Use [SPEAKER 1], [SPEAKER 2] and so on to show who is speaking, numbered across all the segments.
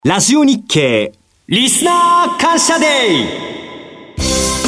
[SPEAKER 1] ラジオ日経リスナー感謝デー。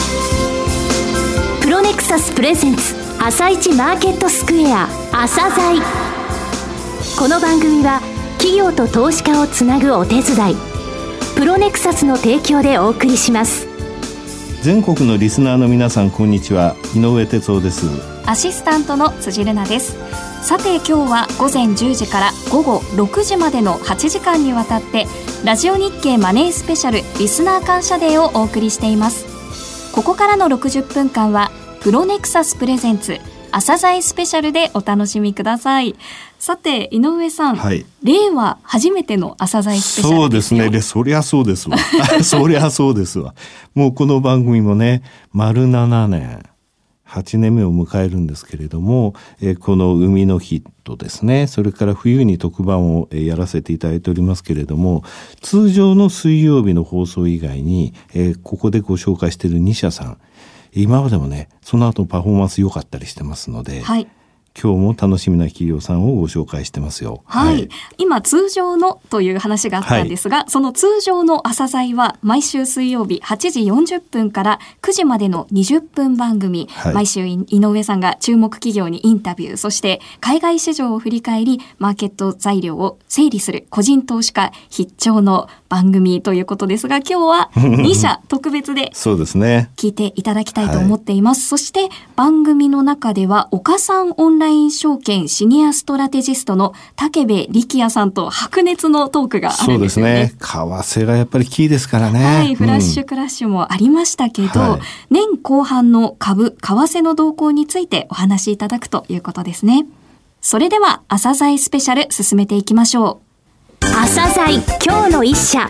[SPEAKER 2] プロネクサスプレゼンツ朝一マーケットスクエア朝鮮。この番組は企業と投資家をつなぐお手伝い、プロネクサスの提供でお送りします。
[SPEAKER 3] 全国のリスナーの皆さん、こんにちは。井上哲夫です。
[SPEAKER 4] アシスタントの辻瑠奈です。さて今日は午前10時から午後6時までの8時間にわたってラジオ日経マネースペシャルリスナー感謝デーをお送りしています。ここからの60分間はプロネクサスプレゼンツ朝鮮スペシャルでお楽しみください。さて井上さん、はい、令和初めての朝鮮スペシャルですよ。
[SPEAKER 3] そうですね。そりゃそうですわそりゃそうですわ。もうこの番組もね、丸7年8年目を迎えるんですけれども、この海の日とですね、それから冬に特番をやらせていただいておりますけれども、通常の水曜日の放送以外に、ここでご紹介している2社さん、今までもね、その後パフォーマンス良かったりしてますので、はい、今日も楽しみな企業さんをご紹介してますよ。
[SPEAKER 4] はい、今通常のという話があったんですが、その通常の朝鮮は毎週水曜日8時40分から9時までの20分番組、毎週井上さんが注目企業にインタビュー、そして海外市場を振り返りマーケット材料を整理する個人投資家必聴の番組ということですが、今日は2社特別で
[SPEAKER 3] そうですね、
[SPEAKER 4] 聞いていただきたいと思っています。そして番組の中では岡三オンライン証券シニアストラテジストの武部力也さんと白熱のトークがあるんですよね。
[SPEAKER 3] そうですね。為替がやっぱりキーですからね。
[SPEAKER 4] はい、フラッシュクラッシュもありましたけど、年後半の株、為替の動向についてお話しいただくということですね。それでは朝鮮スペシャル進めていきましょう。
[SPEAKER 2] 朝鮮今日の一社。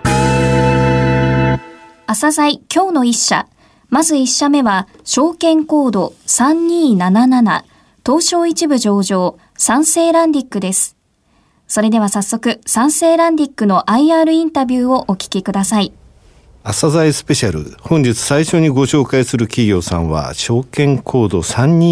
[SPEAKER 4] 朝鮮今日の一社。まず一社目は証券コード3277東証一部上場三成ランディックです。それでは早速三成ランディックの IR インタビューをお聞きください。
[SPEAKER 3] 朝鮮スペシャル、本日最初にご紹介する企業さんは証券コード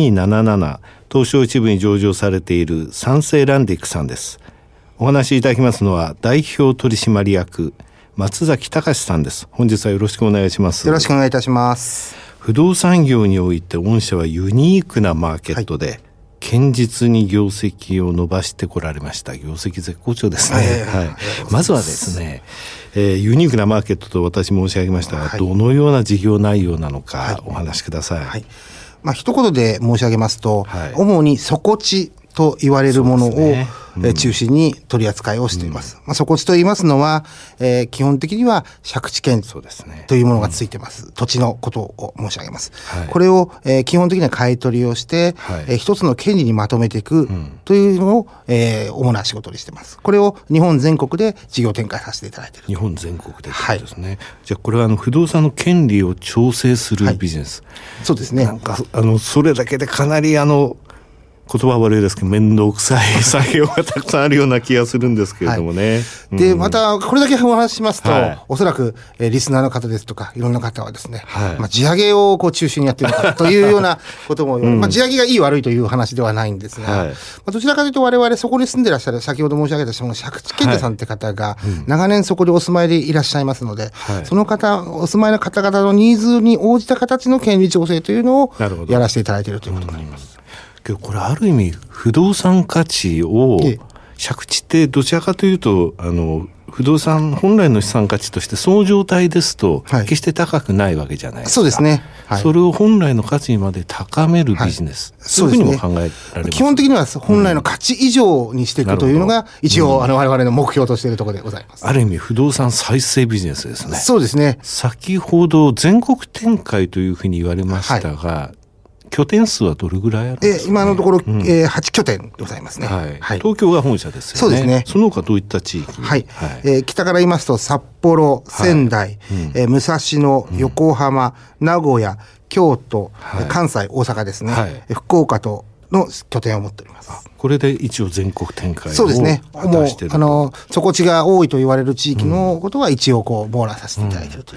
[SPEAKER 3] 3277東証一部に上場されている三成ランディックさんです。お話しいただきますのは代表取締役松崎隆さんです。本日はよろしくお願いします。
[SPEAKER 5] よろしくお願いいたします。
[SPEAKER 3] 不動産業において御社はユニークなマーケットで、堅実に業績を伸ばしてこられました。業績絶好調ですね。まずはですね、ユニークなマーケットと私申し上げましたが、どのような事業内容なのかお話しください。
[SPEAKER 5] 一言で申し上げますと、主に底地と言われるものを、中心に取り扱いをしています。底地と言いますのは、基本的には借地権というものがついています。土地のことを申し上げます。これを、基本的には買い取りをして、一つの権利にまとめていくというのを、主な仕事にしています。これを日本全国で事業展開させていただいている。
[SPEAKER 3] 日本全国でということですね。じゃあこれは不動産の権利を調整するビジネス。
[SPEAKER 5] そうですね。
[SPEAKER 3] それだけでかなり言葉は悪いですけど面倒くさい作業がたくさんあるような気がするんですけれどもね。
[SPEAKER 5] でまたこれだけお話ししますと、おそらく、リスナーの方ですとかいろんな方はですね、地上げを中心にやっているのかというようなことも、地上げがいい悪いという話ではないんですが、どちらかというと我々そこに住んでいらっしゃる、先ほど申し上げたその借地権者さんって方が長年そこでお住まいでいらっしゃいますので、その方お住まいの方々のニーズに応じた形の権利調整というのをやらせていただいているということになります。
[SPEAKER 3] これある意味不動産価値を、借地ってどちらかというと不動産本来の資産価値としてその状態ですと決して高くないわけじゃないですか。
[SPEAKER 5] そうですね。
[SPEAKER 3] それを本来の価値にまで高めるビジネス、そういうふうにも考えられます。
[SPEAKER 5] 基本的には本来の価値以上にしていくというのが一応我々の目標としているところでございます。
[SPEAKER 3] ある意味不動産再生ビジネスですね。
[SPEAKER 5] そうですね。
[SPEAKER 3] 先ほど全国展開というふうに言われましたが、拠点数はどれぐらいあるんですか、
[SPEAKER 5] 今のところ、8拠点でございますね。
[SPEAKER 3] 東京が本社ですよね。
[SPEAKER 5] そうですね。
[SPEAKER 3] その他どういった地域？
[SPEAKER 5] 北から言いますと札幌、仙台、武蔵野、横浜、名古屋、京都、関西、大阪ですね、福岡との拠点を持っております。
[SPEAKER 3] これで一応全国展開を
[SPEAKER 5] そうですね。
[SPEAKER 3] 果たしていると。
[SPEAKER 5] 底地が多いと言われる地域のことは一応網羅させていただいているということ。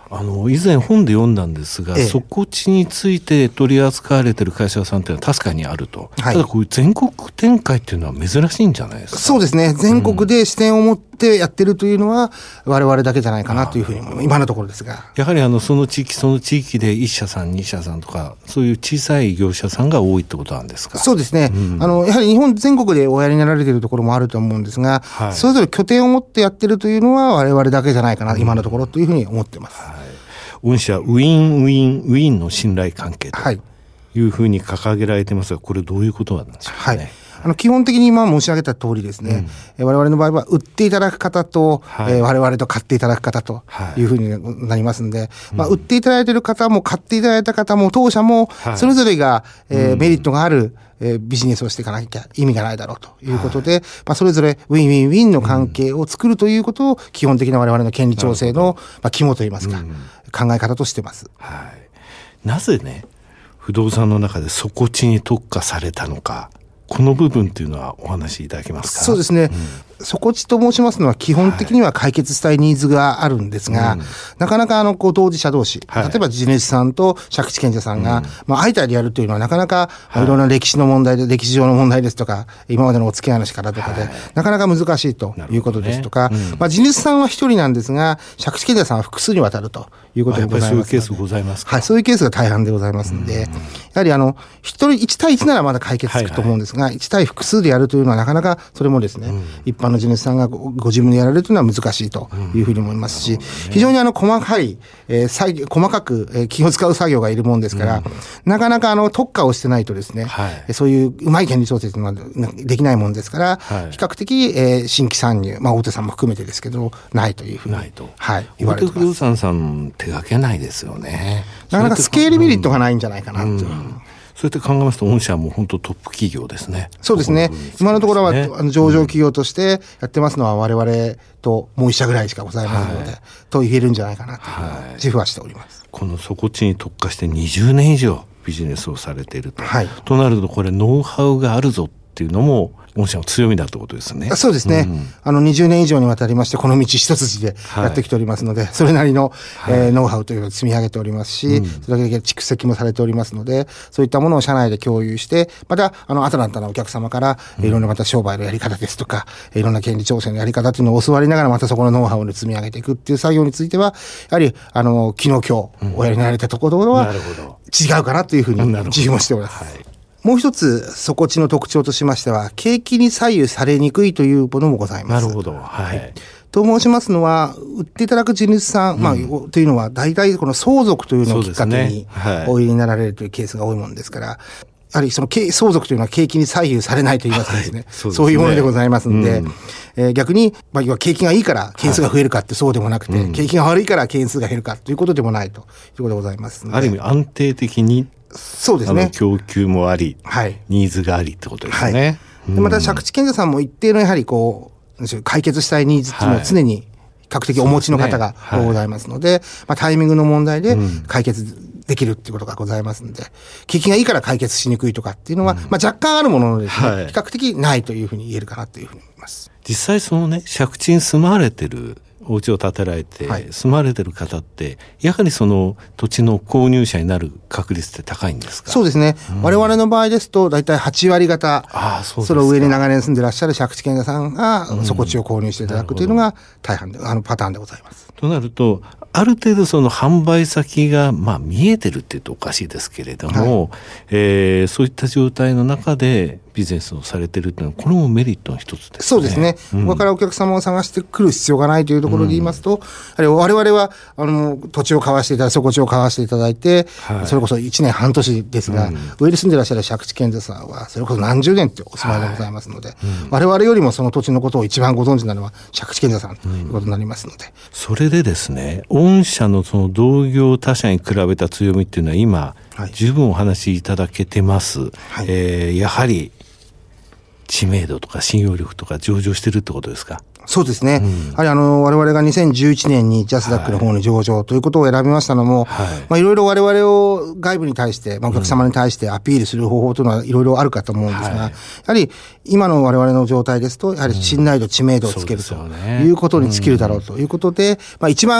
[SPEAKER 3] 以前本で読んだんですが、底地について取り扱われている会社さんっていうのは確かにあると、ただこういう全国展開っていうのは珍しいんじゃないですか。
[SPEAKER 5] そうですね、全国で視点を持ってやってるというのは我々だけじゃないかなというふうに今のところですが、
[SPEAKER 3] やはりその地域その地域で1社さん2社さんとかそういう小さい業者さんが多いってことなんですか。
[SPEAKER 5] そうですね、やはり日本全国でおやりになられているところもあると思うんですが、それぞれ拠点を持ってやってるというのは我々だけじゃないかな、今のところというふうに思ってます。
[SPEAKER 3] 御社ウィンウィンウィンの信頼関係というふうに掲げられてますが、これどういうことなんでしょうかね。
[SPEAKER 5] 基本的に今申し上げた通りですね、我々の場合は売っていただく方と、我々と買っていただく方というふうになりますんで、売っていただいている方も買っていただいた方も当社もそれぞれが、メリットがあるビジネスをしていかなきゃ意味がないだろうということで、それぞれウィンウィンウィンの関係を作るということを基本的な我々の権利調整の肝といいますか、考え方としてます。
[SPEAKER 3] なぜね、不動産の中で底地に特化されたのか、この部分っていうのはお話しいただけますか。
[SPEAKER 5] そうですね、底地と申しますのは基本的には解決したいニーズがあるんですが、なかなか当事者同士、例えば地主さんと借地権者さんが、相対でやるというのはなかなかいろんな歴史の問題で、歴史上の問題ですとか今までのお付き合いの仕方とかで、なかなか難しいということですとか、地主さんは一人なんですが借地権者さんは複数にわたるということでございますので、
[SPEAKER 3] そういうケースございますか。
[SPEAKER 5] そういうケースが大半でございますので、やはり一人1対1ならまだ解決つくと思うんですが、1対複数でやるというのはなかなかそれもですね、一般の地主さんがご自分でやられるというのは難しいというふうに思いますし、非常に細かい、細かく、気を使う作業がいるもんですから、なかなか特化をしてないとですね、そういううまい権利調整というのはできないもんですから、比較的、新規参入、大手さんも含めてですけどないというふうに言われています。
[SPEAKER 3] 大手不動産さん手掛けないですよね。
[SPEAKER 5] なかなかスケールメリットがないんじゃないかなと。
[SPEAKER 3] そうやって考えますと御社はもう本当トップ企業ですね。
[SPEAKER 5] そうですね。今のところは上場企業としてやってますのは我々ともう一社ぐらいしかございませんので、と言えるんじゃないかなと自負はしております。
[SPEAKER 3] この底地に特化して20年以上ビジネスをされていると、となるとこれノウハウがあるぞっていうのも御社の強みだということですね。
[SPEAKER 5] そうですね、20年以上にわたりましてこの道一筋でやってきておりますので、それなりの、ノウハウというのを積み上げておりますし、それだけ蓄積もされておりますので、そういったものを社内で共有して、また新たなお客様からいろんなまた商売のやり方ですとか、いろんな権利調整のやり方というのを教わりながらまたそこのノウハウを積み上げていくっていう作業については、やはり昨日今日おやりになられたところは違うかなというふうに自負もしております。もう一つ底地の特徴としましては、景気に左右されにくいというものもございます。
[SPEAKER 3] なるほど。
[SPEAKER 5] と申しますのは、売っていただく地主さん、というのは大体この相続というのをきっかけにお入りになられるというケースが多いものですから、やはりその相続というのは景気に左右されないといいますかですね、そういうものでございますので、逆に、景気がいいから件数が増えるかってそうでもなくて、景気が悪いから件数が減るかということでもないということでございますので、
[SPEAKER 3] ある意味安定的に
[SPEAKER 5] そうですね、
[SPEAKER 3] 供給もあり、ニーズがありってことですね。
[SPEAKER 5] でまた借地権者さんも一定のやはり解決したいニーズっていうのは常に比較的お持ちの方がございますので、タイミングの問題で解決できるっていうことがございますので、景気がいいから解決しにくいとかっていうのは、若干あるもののですね、比較的ないというふうに言えるかなというふうに思います。
[SPEAKER 3] 実際そのね、借地に住まわれてるお家を建てられて住まれてる方って、やはりその土地の購入者になる確率って高いんですか。
[SPEAKER 5] そうですね、我々の場合ですと大体8割方、それを上に長年住んでらっしゃる借地権者さんが底地を購入していただくというのが大半でパターンでございます。
[SPEAKER 3] となるとある程度その販売先が見えてるって言うとおかしいですけれども、そういった状態の中でビジネスをされてるっていうのはこれもメリットの一つですね。
[SPEAKER 5] そうですね、他からお客様を探してくる必要がないというところで言いますと、我々は土地を買わしていただいて底地を買わしていただいて、それこそ1年半年ですが、上に住んでいらっしゃる借地権者さんはそれこそ何十年ってお住まいでございますので、我々よりもその土地のことを一番ご存知なのは借地権者さんということになりますので、
[SPEAKER 3] それでですね、御社のその同業他社に比べた強みっていうのは今、十分お話しいただけてます、やはり知名度とか信用力とか上場してるってことですか。
[SPEAKER 5] そうですね、我々が2011年にジャスダックの方に上場ということを選びましたのも、いろいろ我々を外部に対して、お客様に対してアピールする方法というのはいろいろあるかと思うんですが、やはり今の我々の状態ですと、やはり信頼度、知名度をつけるということに尽きるだろうということで、一番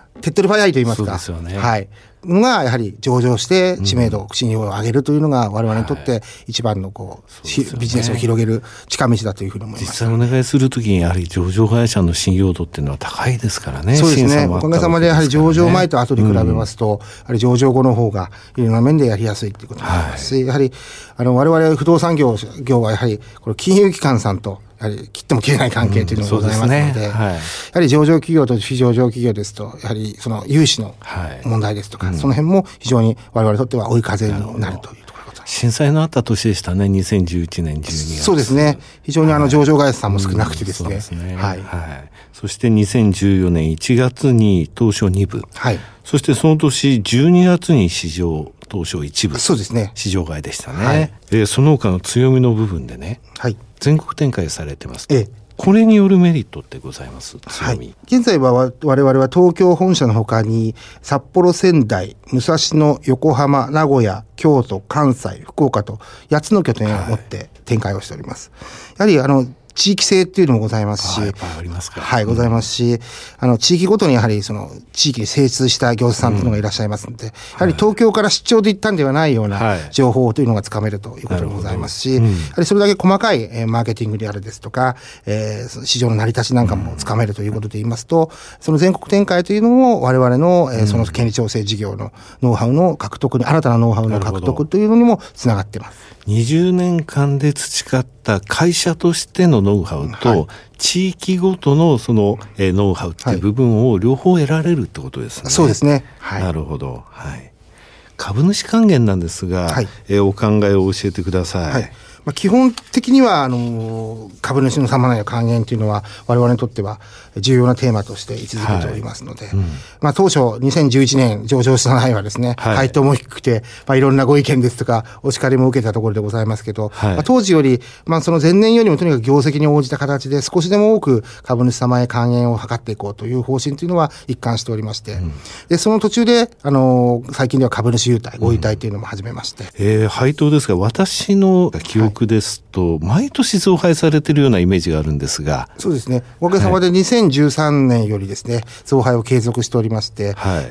[SPEAKER 5] 手っ取り早いと言いますか。
[SPEAKER 3] そうですよね。
[SPEAKER 5] はい。のがやはり上場して知名度、信用を上げるというのが我々にとって一番のビジネスを広げる近道だというふうに思います。
[SPEAKER 3] 実際お願いするときにやはり上場会社の信用度っていうのは高いですからね。
[SPEAKER 5] そうですね。おかげさまでやはり上場前と後に比べますと、やはり上場後の方がいろんな面でやりやすいということになりますし、やはり我々不動産業はやはりこの金融機関さんとやはり切っても切れない関係というのがございますので、やはり上場企業と非上場企業ですと、やはりその融資の問題ですとか、その辺も非常に我々にとっては追い風になるというところでございます。
[SPEAKER 3] 震災のあった年でしたね、2011年12月。
[SPEAKER 5] そうですね。非常に上場会社さんも少なくてですね。
[SPEAKER 3] そうですね。はい。そして2014年1月に東証2部。はい。そしてその年12月に市場東証1部。そうですね。市場外でしたね。はい。その他の強みの部分でね。はい。全国展開されてます。これによるメリットってございます？強み。
[SPEAKER 5] 現在は我々は東京本社の他に札幌、仙台、武蔵野、横浜、名古屋、京都、関西、福岡と8つの拠点を持って展開をしております。やはり地域性っていうのもございますし、
[SPEAKER 3] やっぱりありますか。
[SPEAKER 5] はい、ございますし、地域ごとにやはりその地域に精通した業者さんというのがいらっしゃいますので、やはり東京から出張で行ったんではないような情報というのがつかめるということでございますし、やはりそれだけ細かいマーケティングであるですとか、市場の成り立ちなんかもつかめるということで言いますと、その全国展開というのも我々のその権利調整事業のノウハウの獲得に、新たなノウハウの獲得というのにもつながっています。
[SPEAKER 3] 20年間で培った会社としてのノウハウと、地域ごとのそのノウハウっていう部分を両方得られるってことですね。
[SPEAKER 5] そうですね。はい。
[SPEAKER 3] なるほど。はい。株主還元なんですが、お考えを教えてください。はい。
[SPEAKER 5] 基本的には株主の様々な還元というのは我々にとっては重要なテーマとして位置づけておりますので、当初2011年上場した際はですね、配当も低くて、いろんなご意見ですとかお叱りも受けたところでございますけど、当時より、その前年よりもとにかく業績に応じた形で少しでも多く株主様へ還元を図っていこうという方針というのは一貫しておりまして、でその途中で最近では株主優待、ご優待というのも始めまして、
[SPEAKER 3] 配当ですが、私の記憶ですと、毎年増配されているようなイメージがあるんですが。
[SPEAKER 5] そうですね。おかげさまで2013年よりですね、増配を継続しておりまして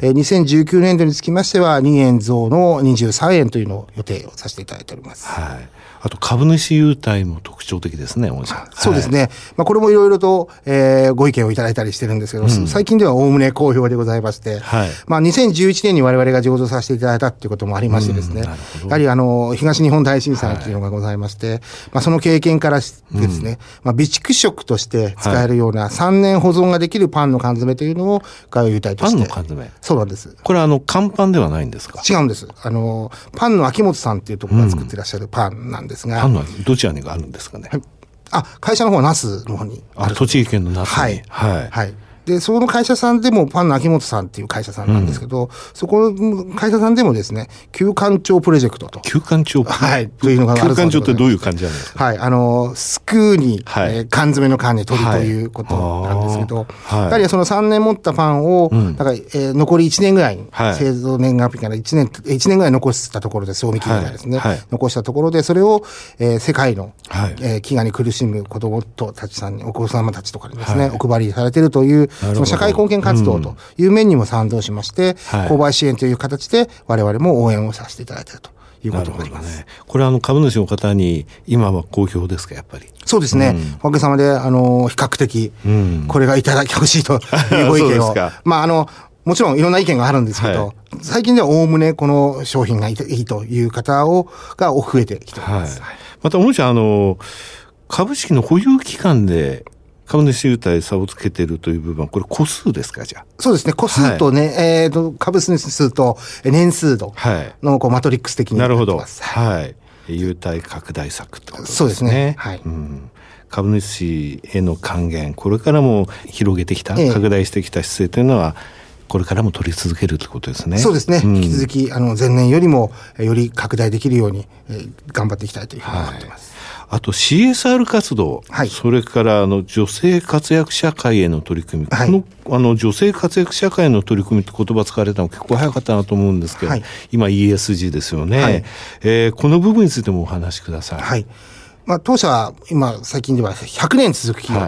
[SPEAKER 5] 、2019年度につきましては2円増の23円というのを予定をさせていただいております。
[SPEAKER 3] あと株主優待も特徴的ですね、
[SPEAKER 5] そうですね。これもいろいろと、ご意見をいただいたりしてるんですけど、最近ではおおむね好評でございまして、2011年に我々が上場させていただいたっていうこともありましてですね、やはり東日本大震災というのがございまして、その経験からですね、備蓄食として使えるような3年保存ができるパンの缶詰というのを優待として。
[SPEAKER 3] パンの缶詰？
[SPEAKER 5] そうなんです。
[SPEAKER 3] これ乾パンではないんですか？
[SPEAKER 5] 違うんです。パンの秋元さんっていうところが作ってらっしゃるパンなんですが、
[SPEAKER 3] パンのどちらにがあるんですかね。
[SPEAKER 5] 会社の方は那須の方にある。
[SPEAKER 3] 栃木県の那須に。
[SPEAKER 5] はい。で、その会社さんでも、パンの秋元さんっていう会社さんなんですけど、そこの会社さんでもですね、休館長プロジェクトと。
[SPEAKER 3] 休館長
[SPEAKER 5] というのがあるそうです。
[SPEAKER 3] 休館長ってどういう感じなんですか？
[SPEAKER 5] すくうに、缶詰の缶に取るということなんですけど、やはりその3年持ったパンを、残り1年ぐらいに、製造年月日から1年ぐらい残したところで、賞味期限がですね、残したところで、それを、世界の、飢餓に苦しむ子供たちさんに、お子様たちとかにですね、お配りされているという、その社会貢献活動という面にも賛同しまして、購買支援という形で我々も応援をさせていただいているということになります。
[SPEAKER 3] これ株主の方に今は好評ですか？やっぱり。
[SPEAKER 5] そうですね。おかげさまで比較的これがいただきほしいというご意見をもちろんいろんな意見があるんですけど、最近ではおおむねこの商品がいいという方が増えてきております。
[SPEAKER 3] またもし株式の保有期間で株主優待差をつけているという部分は、これ個数ですか？じゃあ。
[SPEAKER 5] そうですね。個数とね、株主数と年数度のマトリックス的になってます。
[SPEAKER 3] なるほど。優待拡大策ってことですね。
[SPEAKER 5] そうですね。
[SPEAKER 3] 株主への還元、これからも広げてきた、拡大してきた姿勢というのは、これからも取り続けるということですね。
[SPEAKER 5] そうですね。引き続き、前年よりも、より拡大できるように、頑張っていきたいというふうに思っています。
[SPEAKER 3] あと CSR 活動、それから女性活躍社会への取り組み、この女性活躍社会への取り組みって言葉使われたの結構早かったなと思うんですけど、今 ESG ですよね、この部分についてもお話しください。
[SPEAKER 5] 当社は最近では100年続く企業と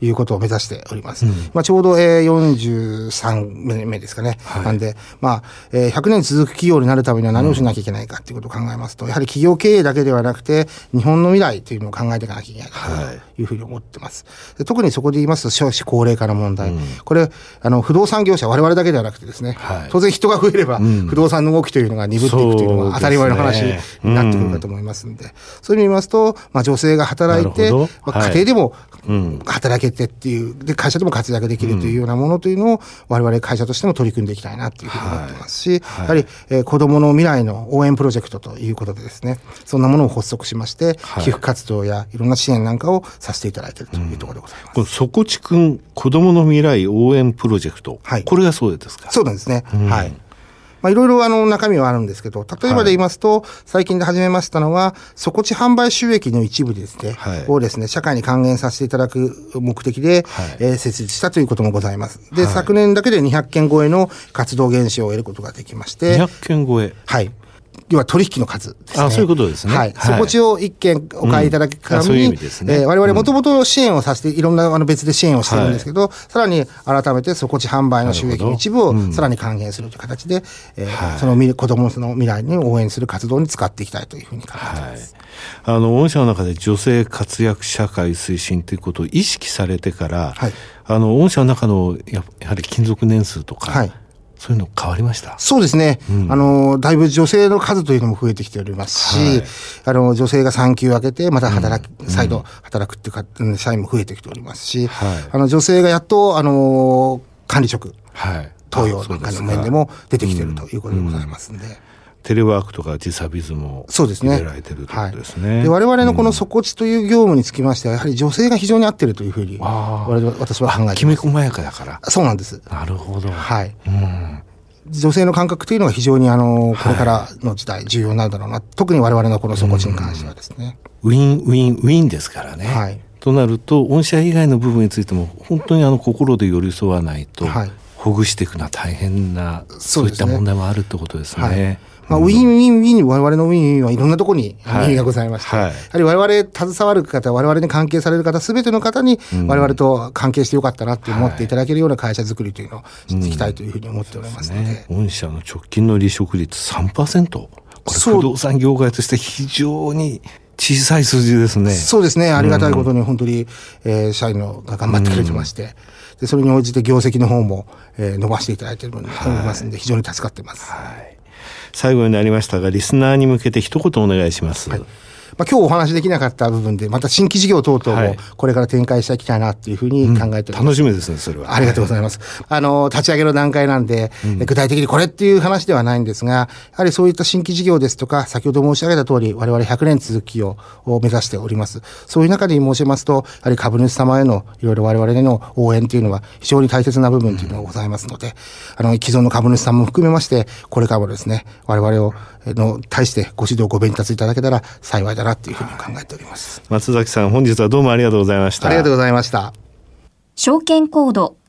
[SPEAKER 5] いうことを目指しております。ちょうど、43年目ですかね。なんで、100年続く企業になるためには何をしなきゃいけないかということを考えますと、やはり企業経営だけではなくて、日本の未来というのを考えていかなきゃいけないというふうに思ってます。で特にそこで言いますと、少子高齢化の問題。これ、不動産業者、我々だけではなくてですね、当然人が増えれば、不動産の動きというのが鈍っていくというのは当たり前の話になってくるかと思いますので、そういう意味で言いますと、女性が働いて、家庭でも働けてっていう、で、会社でも活躍できるというようなものというのを、我々会社としても取り組んでいきたいなというふうに思ってますし、やはり、子どもの未来の応援プロジェクトということでですね、そんなものを発足しまして、寄付活動やいろんな支援なんかをさせていただいているというところでございます。
[SPEAKER 3] この底地くん子どもの未来応援プロジェクト、これがそうですか？
[SPEAKER 5] そうなんですね。はい。いろいろ中身はあるんですけど、例えばで言いますと、最近で始めましたのは、底地販売収益の一部ですね、をですね、社会に還元させていただく目的で、設立したということもございます。で、昨年だけで200件超えの活動原資を得ることができまして。
[SPEAKER 3] 200件超え？
[SPEAKER 5] はい。要は取引の数ですね。
[SPEAKER 3] そういうことですね。
[SPEAKER 5] はい。底地を1件お買いいただくために、我々もともと支援をさせて、いろんな別で支援をしてるんですけど、さらに改めて底地販売の収益の一部をさらに還元するという形で、その子どもの未来に応援する活動に使っていきたいというふうに考えています。
[SPEAKER 3] 御社の中で女性活躍社会推進ということを意識されてから、御社の中のやはり勤続年数とか、そういうの変わりました？
[SPEAKER 5] そうですね。だいぶ女性の数というのも増えてきておりますし、女性が産休を明けて、また再度働くっていうか、社員も増えてきておりますし、女性がやっと、管理職、登用なんかの面でも出てきているということでございますんで。
[SPEAKER 3] テレワークとか時差ビズも入れられてるということですね。
[SPEAKER 5] で我々のこの底地という業務につきましては、やはり女性が非常に合っているというふうに私は考えています。
[SPEAKER 3] きめ細やかだから。
[SPEAKER 5] そうなんです。
[SPEAKER 3] なるほど。
[SPEAKER 5] はい。女性の感覚というのが非常にこれからの時代重要なんだろうな。特に我々のこの底地に関してはですね。
[SPEAKER 3] ウィンウィンウィンですからね。となると御社以外の部分についても本当に心で寄り添わないと、ほぐしていくのは大変な、そういった問題もあるってことですね。
[SPEAKER 5] ウィンウィンウィン、我々のウィンウィンはいろんなところに意味がございまして、やはり我々携わる方、我々に関係される方、すべての方に我々と関係してよかったなって思っていただけるような会社づくりというのをしていきたいというふうに思っておりますので。
[SPEAKER 3] 御社の直近の離職率 3%。これ不動産業界として非常に小さい数字ですね。
[SPEAKER 5] そうですね。ありがたいことに本当に、社員が頑張ってくれてまして、でそれに応じて業績の方も、伸ばしていただいているので思いますので、非常に助かっています。
[SPEAKER 3] 最後になりましたが、リスナーに向けて一言お願いします。
[SPEAKER 5] 今日お話しできなかった部分で、また新規事業等々もこれから展開していきたいなというふうに考えております。
[SPEAKER 3] 楽しみですね、それは。
[SPEAKER 5] ありがとうございます。立ち上げの段階なんで、具体的にこれっていう話ではないんですが、やはりそういった新規事業ですとか、先ほど申し上げた通り、我々100年続く企業を目指しております。そういう中で申しますと、やはり株主様へのいろいろ我々への応援というのは非常に大切な部分というのがございますので、既存の株主さんも含めまして、これからもですね、我々の対してご指導ご鞭達いただけたら幸いだなというふうに考えております。
[SPEAKER 3] 松崎さん、本日はどうもありがとうございました。
[SPEAKER 5] ありがとうございました。
[SPEAKER 4] 証券コード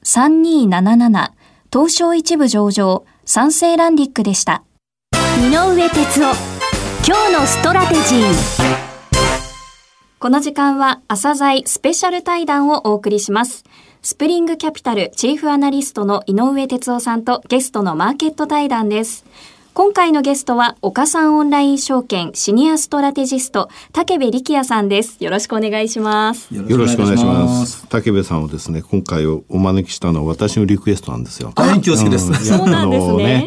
[SPEAKER 4] 3277東証一部上場三成ランディックでした。
[SPEAKER 2] 井上哲夫、今日のストラテジー。
[SPEAKER 4] この時間は朝鮮スペシャル対談をお送りします。スプリングキャピタルチーフアナリストの井上哲夫さんとゲストのマーケット対談です。今回のゲストは岡三オンライン証券シニアストラテジスト武部力也さんです。よろしくお願いします。
[SPEAKER 3] よろしくお願いします。武部さんをですね、今回お招きしたのは私のリクエストなんですよ。
[SPEAKER 6] 大変恐縮です。
[SPEAKER 4] そうなんですね。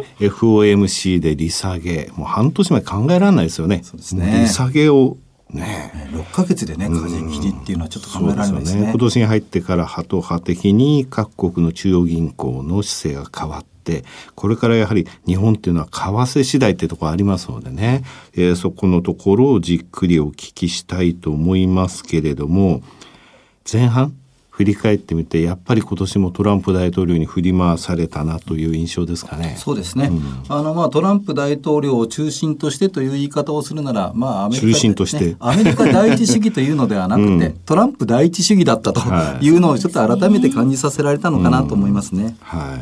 [SPEAKER 3] FOMC で利下げ、もう半年前考えられないですよね。
[SPEAKER 6] そうですね。
[SPEAKER 3] 利下げを
[SPEAKER 6] 6ヶ月でね、舵切りっていうのはちょっと考えられないですね。
[SPEAKER 3] 今年に入ってからハト派的に各国の中央銀行の姿勢が変わって、これからやはり日本っていうのは為替次第っていうところありますのでね、そこのところをじっくりお聞きしたいと思いますけれども、前半振り返ってみて、やっぱり今年もトランプ大統領に振り回されたなという印象ですかね。
[SPEAKER 6] そうですね、トランプ大統領を中心としてという言い方をするなら、アメリカ、
[SPEAKER 3] 中心として、
[SPEAKER 6] アメリカ第一主義というのではなくて、トランプ第一主義だったというのをちょっと改めて感じさせられたのかなと思いますね。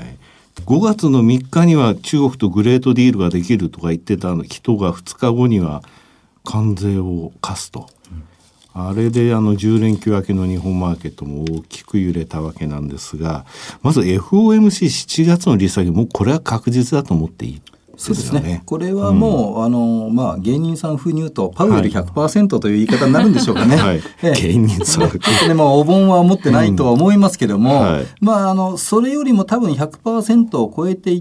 [SPEAKER 3] 5月の3日には中国とグレートディールができるとか言ってた人が2日後には関税を課すと、 あれで10連休明けの日本マーケットも大きく揺れたわけなんですが、まず FOMC7 月の利下げもこれは確実だと思っていい。
[SPEAKER 6] そうですね。これはもう、芸人さん風に言うとパウエル 100% という言い方になるんでしょうかね。
[SPEAKER 3] はい、芸人さん。
[SPEAKER 6] でもお盆は持ってないとは思いますけども、それよりも多分 100% を超えていって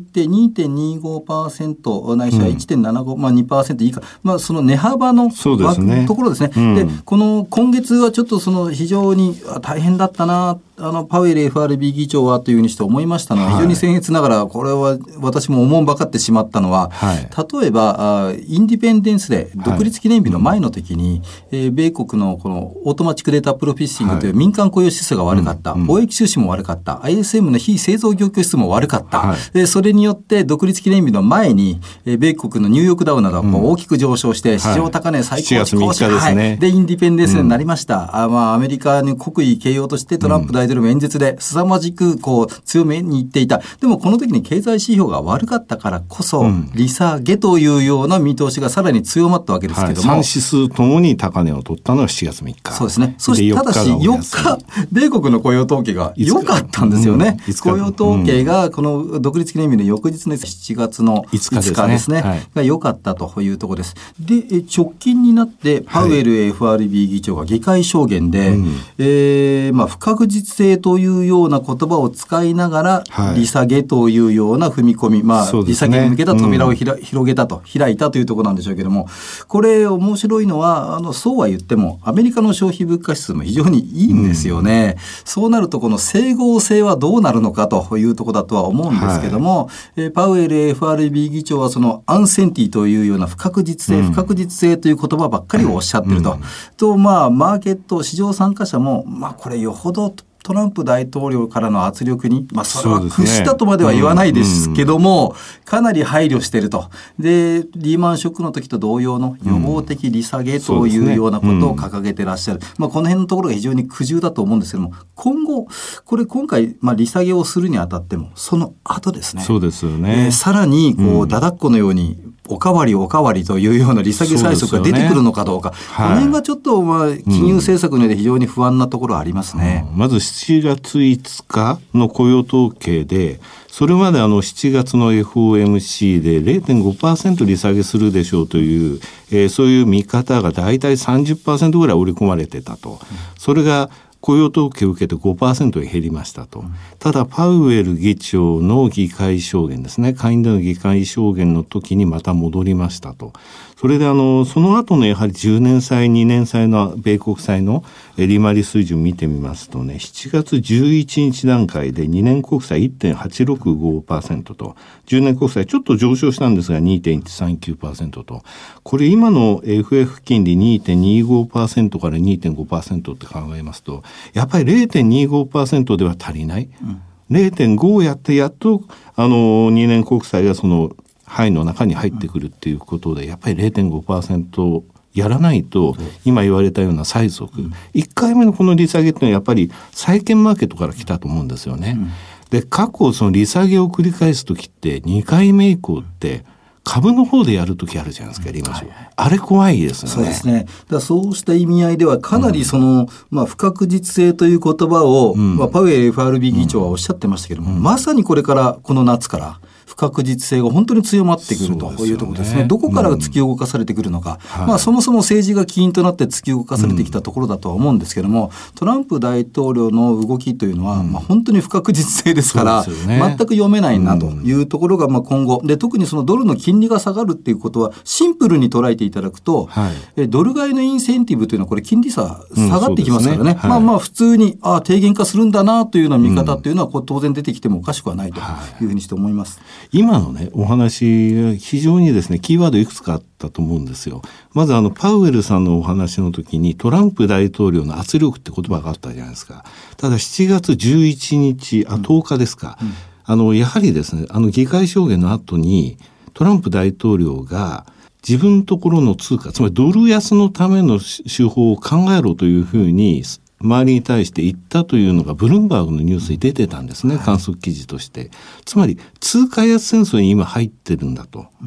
[SPEAKER 6] 2.25% ないしは 1.75%、2% 以下、その値幅のところですね。で、この今月はちょっとその非常に大変だったな、パウエル FRB 議長はというふうにして思いましたのは、非常に僭越ながらこれは私もおもんばかってしまったのは、例えばインディペンデンスデー、独立記念日の前の時に、米国のこのオートマチックデータプロフィッシングという民間雇用指数が悪かった、貿易収支も悪かった、ISM の非製造業況指数も悪かった、それによって独立記念日の前に、米国のニューヨークダウなどが大きく上昇して、市場高値最高値更新、でインディペンデンスデーになりました。アメリカに国威形容としてトランプ大統領も演説で凄まじく強めに言っていた。でもこの時に経済指標が悪かったからこそ、利下げというような見通しがさらに強まったわけですけども、
[SPEAKER 3] 3指数ともに高値を取ったのは7月3日。
[SPEAKER 6] そうですね。そしてただし4日米国の雇用統計が良かったんですよね。雇用統計がこの独立記念日の翌日の7月の5日ですね、が良かったというところです。で、直近になってパウエル FRB 議長が議会証言で、不確実性というような言葉を使いながら、利下げというような踏み込み、利下げに向けた扉を広げたと、開いたというところなんでしょうけども、これ面白いのはそうは言ってもアメリカの消費物価指数も非常にいいんですよね。そうなるとこの整合性はどうなるのかというところだとは思うんですけども、パウエル FRB 議長はそのアンセンティというような不確実性という言葉ばっかりをおっしゃってると、マーケット市場参加者もこれよほどトランプ大統領からの圧力に、それは屈したとまでは言わないですけども、かなり配慮していると。で、リーマンショックの時と同様の予防的利下げというようなことを掲げてらっしゃる。この辺のところが非常に苦渋だと思うんですけども、今回、利下げをするにあたっても、その後ですね。
[SPEAKER 3] そうですよね。
[SPEAKER 6] さらに、だだっこのように、おかわりというような利下げ催促が出てくるのかどうか、この辺がちょっと金融政策によって非常に不安なところありますね。
[SPEAKER 3] まず7月5日の雇用統計で、それまで7月の FOMC で 0.5% 利下げするでしょうという、そういう見方がだいたい 30% ぐらい織り込まれてたと。それが雇用統計を受けて 5% へ減りましたと。ただパウエル議長の議会証言ですね、下院での議会証言の時にまた戻りましたと。それでその後のやはり10年債2年債の米国債の利回り水準見てみますとね、7月11日段階で2年国債 1.865% と、10年国債ちょっと上昇したんですが 2.139% と、これ今の FF 金利 2.25% から 2.5% って考えますと、やっぱり 0.25% では足りない、0.5 やってやっと2年国債がその範囲の中に入ってくるっていうことで、やっぱり 0.5% やらないと、今言われたような催促、1回目のこの利下げっていうのはやっぱり債券マーケットから来たと思うんですよね。で、過去その利下げを繰り返すときって2回目以降って株の方でやるときあるじゃないですか、やりましょう。あれ怖いですね。
[SPEAKER 6] そうですね。だからそうした意味合いではかなりその、不確実性という言葉を、パウエル FRB 議長はおっしゃってましたけども、まさにこれからこの夏から不確実性が本当に強まってくるというところですね。どこから突き動かされてくるのか、そもそも政治が起因となって突き動かされてきたところだとは思うんですけども、トランプ大統領の動きというのは、本当に不確実性ですから、全く読めないなというところが今後で、特にそのドルの金利が下がるっていうことはシンプルに捉えていただくと、ドル買いのインセンティブというのはこれ金利差下がってきますからね、普通に低減化するんだなというような見方というのは当然出てきてもおかしくはないというふうにして思います。
[SPEAKER 3] 今のねお話が非常にですねキーワードいくつかあったと思うんですよ。まずパウエルさんのお話の時にトランプ大統領の圧力って言葉があったじゃないですか。ただ7月11日10日ですか、やはりですね議会証言の後にトランプ大統領が自分のところの通貨つまりドル安のための手法を考えろというふうに周りに対して言ったというのがブルームバーグのニュースに出てたんですね、観測記事として。つまり通貨安戦争に今入ってるんだと、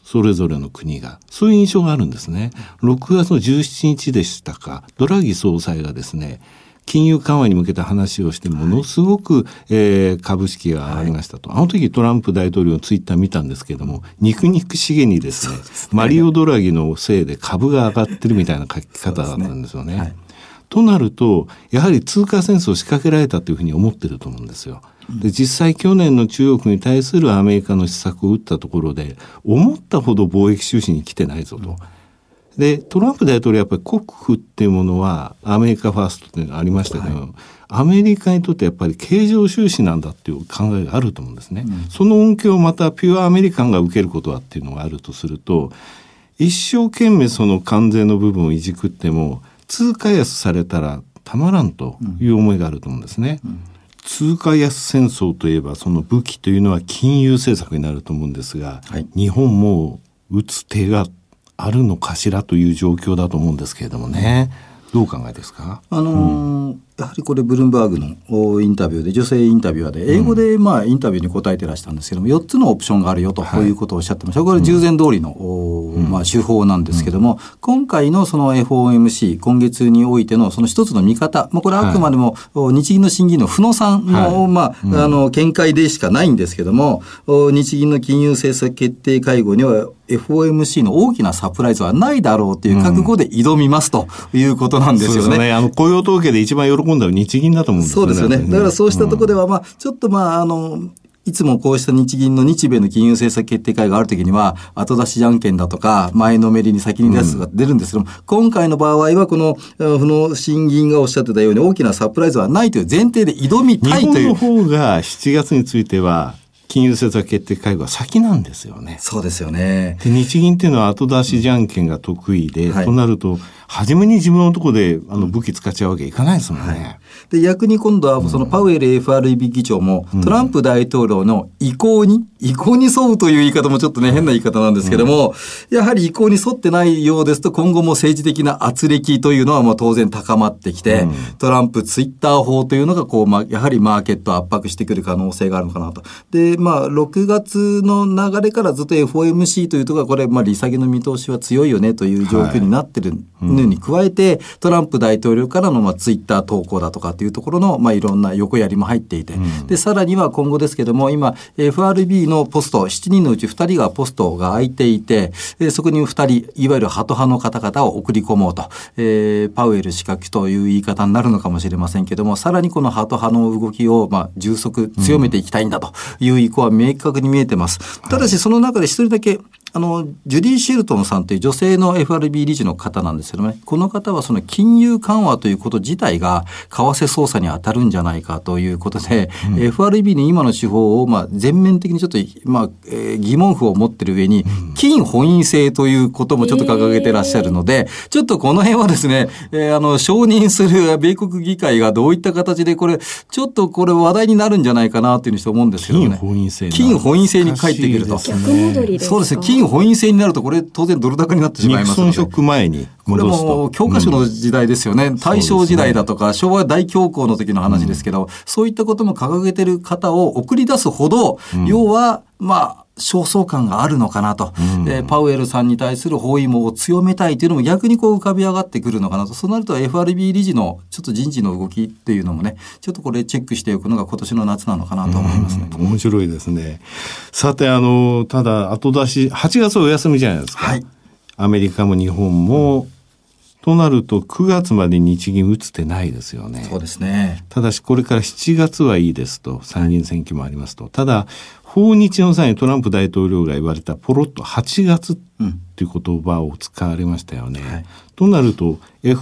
[SPEAKER 3] それぞれの国が。そういう印象があるんですね。6月の17日でしたか、ドラギ総裁がですね、金融緩和に向けた話をしてものすごく、株式が上がりましたと。あの時トランプ大統領のツイッター見たんですけれども、肉々しげにですね、マリオ・ドラギのせいで株が上がってるみたいな書き方だったんですよね。となると、やはり通貨戦争を仕掛けられたというふうに思ってると思うんですよ。で、実際去年の中国に対するアメリカの施策を打ったところで、思ったほど貿易収支に来てないぞと。で、トランプ大統領はやっぱり国富っていうものはアメリカファーストっていうのがありましたけど、アメリカにとってやっぱり経常収支なんだっていう考えがあると思うんですね。その恩恵をまたピュアアメリカンが受けることはっていうのがあるとすると、一生懸命その関税の部分をいじくっても、通貨安されたらたまらんという思いがあると思うんですね。通貨安戦争といえばその武器というのは金融政策になると思うんですが、日本も打つ手があるのかしらという状況だと思うんですけれどもね。どうお考えですか？
[SPEAKER 6] やはりこれブルームバーグのインタビューで、女性インタビュアーで英語でインタビューに答えてらしたんですけども、4つのオプションがあるよということをおっしゃってました。これ従前通りの手法なんですけども、今回のその FOMC 今月においてのその一つの見方、これはあくまでも日銀の審議員の負野さんの見解でしかないんですけども、日銀の金融政策決定会合にはFOMC の大きなサプライズはないだろうという覚悟で挑みますということなんですよね。
[SPEAKER 3] そうですね。雇用統計で一番喜んだのは日銀だと思うんですよね。
[SPEAKER 6] そうですよね。だからそうしたところでは、ちょっといつもこうした日銀の日米の金融政策決定会があるときには、後出しじゃんけんだとか、前のめりに先に出すとか出るんですけども、今回の場合はこの審議員がおっしゃってたように大きなサプライズはないという前提で挑みたいという。
[SPEAKER 3] 日本の方が7月については、金融政策決定会合は先なんですよね。
[SPEAKER 6] そうですよね。
[SPEAKER 3] で、日銀っていうのは後出しじゃんけんが得意で、となると、初めに自分のところで武器使っちゃうわけいかないですもんね。
[SPEAKER 6] で、逆に今度はそのパウエル FRB 議長もトランプ大統領の意向に沿うという言い方もちょっとね、変な言い方なんですけども、やはり意向に沿ってないようですと、今後も政治的な圧力というのは当然高まってきて、トランプツイッター法というのがやはりマーケットを圧迫してくる可能性があるのかなと。で、6月の流れからずっと FOMC というところがこれ、利下げの見通しは強いよねという状況になってるのに加えて、トランプ大統領からのツイッター投稿だとかっていうところのいろんな横やりも入っていて、で、さらには今後ですけども、今 FRB のポスト7人のうち2人がポストが空いていて、そこに2人いわゆるハト派の方々を送り込もうと、パウエル刺客という言い方になるのかもしれませんけども、さらにこのハト派の動きを充足強めていきたいんだという意向は明確に見えてます。ただしその中で一人だけジュディ・シェルトンさんという女性の FRB 理事の方なんですけどね、この方はその金融緩和ということ自体が為替操作に当たるんじゃないかということで、FRB の今の手法を全面的にちょっと疑問符を持ってる上に、金本位制ということもちょっと掲げてらっしゃるので、ちょっとこの辺はですね、承認する米国議会がどういった形でちょっとこれ話題になるんじゃないかなというふうに思うんですけどね。金本位制に帰ってくると。
[SPEAKER 2] 逆戻りですか？
[SPEAKER 6] そうですね。金本位制になるとこれ当然ドル高になってしまいますので。
[SPEAKER 3] ニクソンショック前に戻すと。これも
[SPEAKER 6] 教科書の時代ですよね。大正時代だとか、昭和大恐慌の時の話ですけど、そういったことも掲げてる方を送り出すほど、要は焦燥感があるのかなと、パウエルさんに対する包囲網を強めたいというのも逆に浮かび上がってくるのかなと。そうなると FRB 理事のちょっと人事の動きっていうのもね、ちょっとこれチェックしておくのが今年の夏なのかなと思いますね。
[SPEAKER 3] 面白いですね。さてただ後出し8月お休みじゃないですか。はい、アメリカも日本も、となると9月まで日銀打つてないですよね。
[SPEAKER 6] そうですね。
[SPEAKER 3] ただしこれから7月はいいですと、参議院選挙もありますと。ただ訪日の際にトランプ大統領が言われたポロッと8月っていう言葉を使われましたよね。となると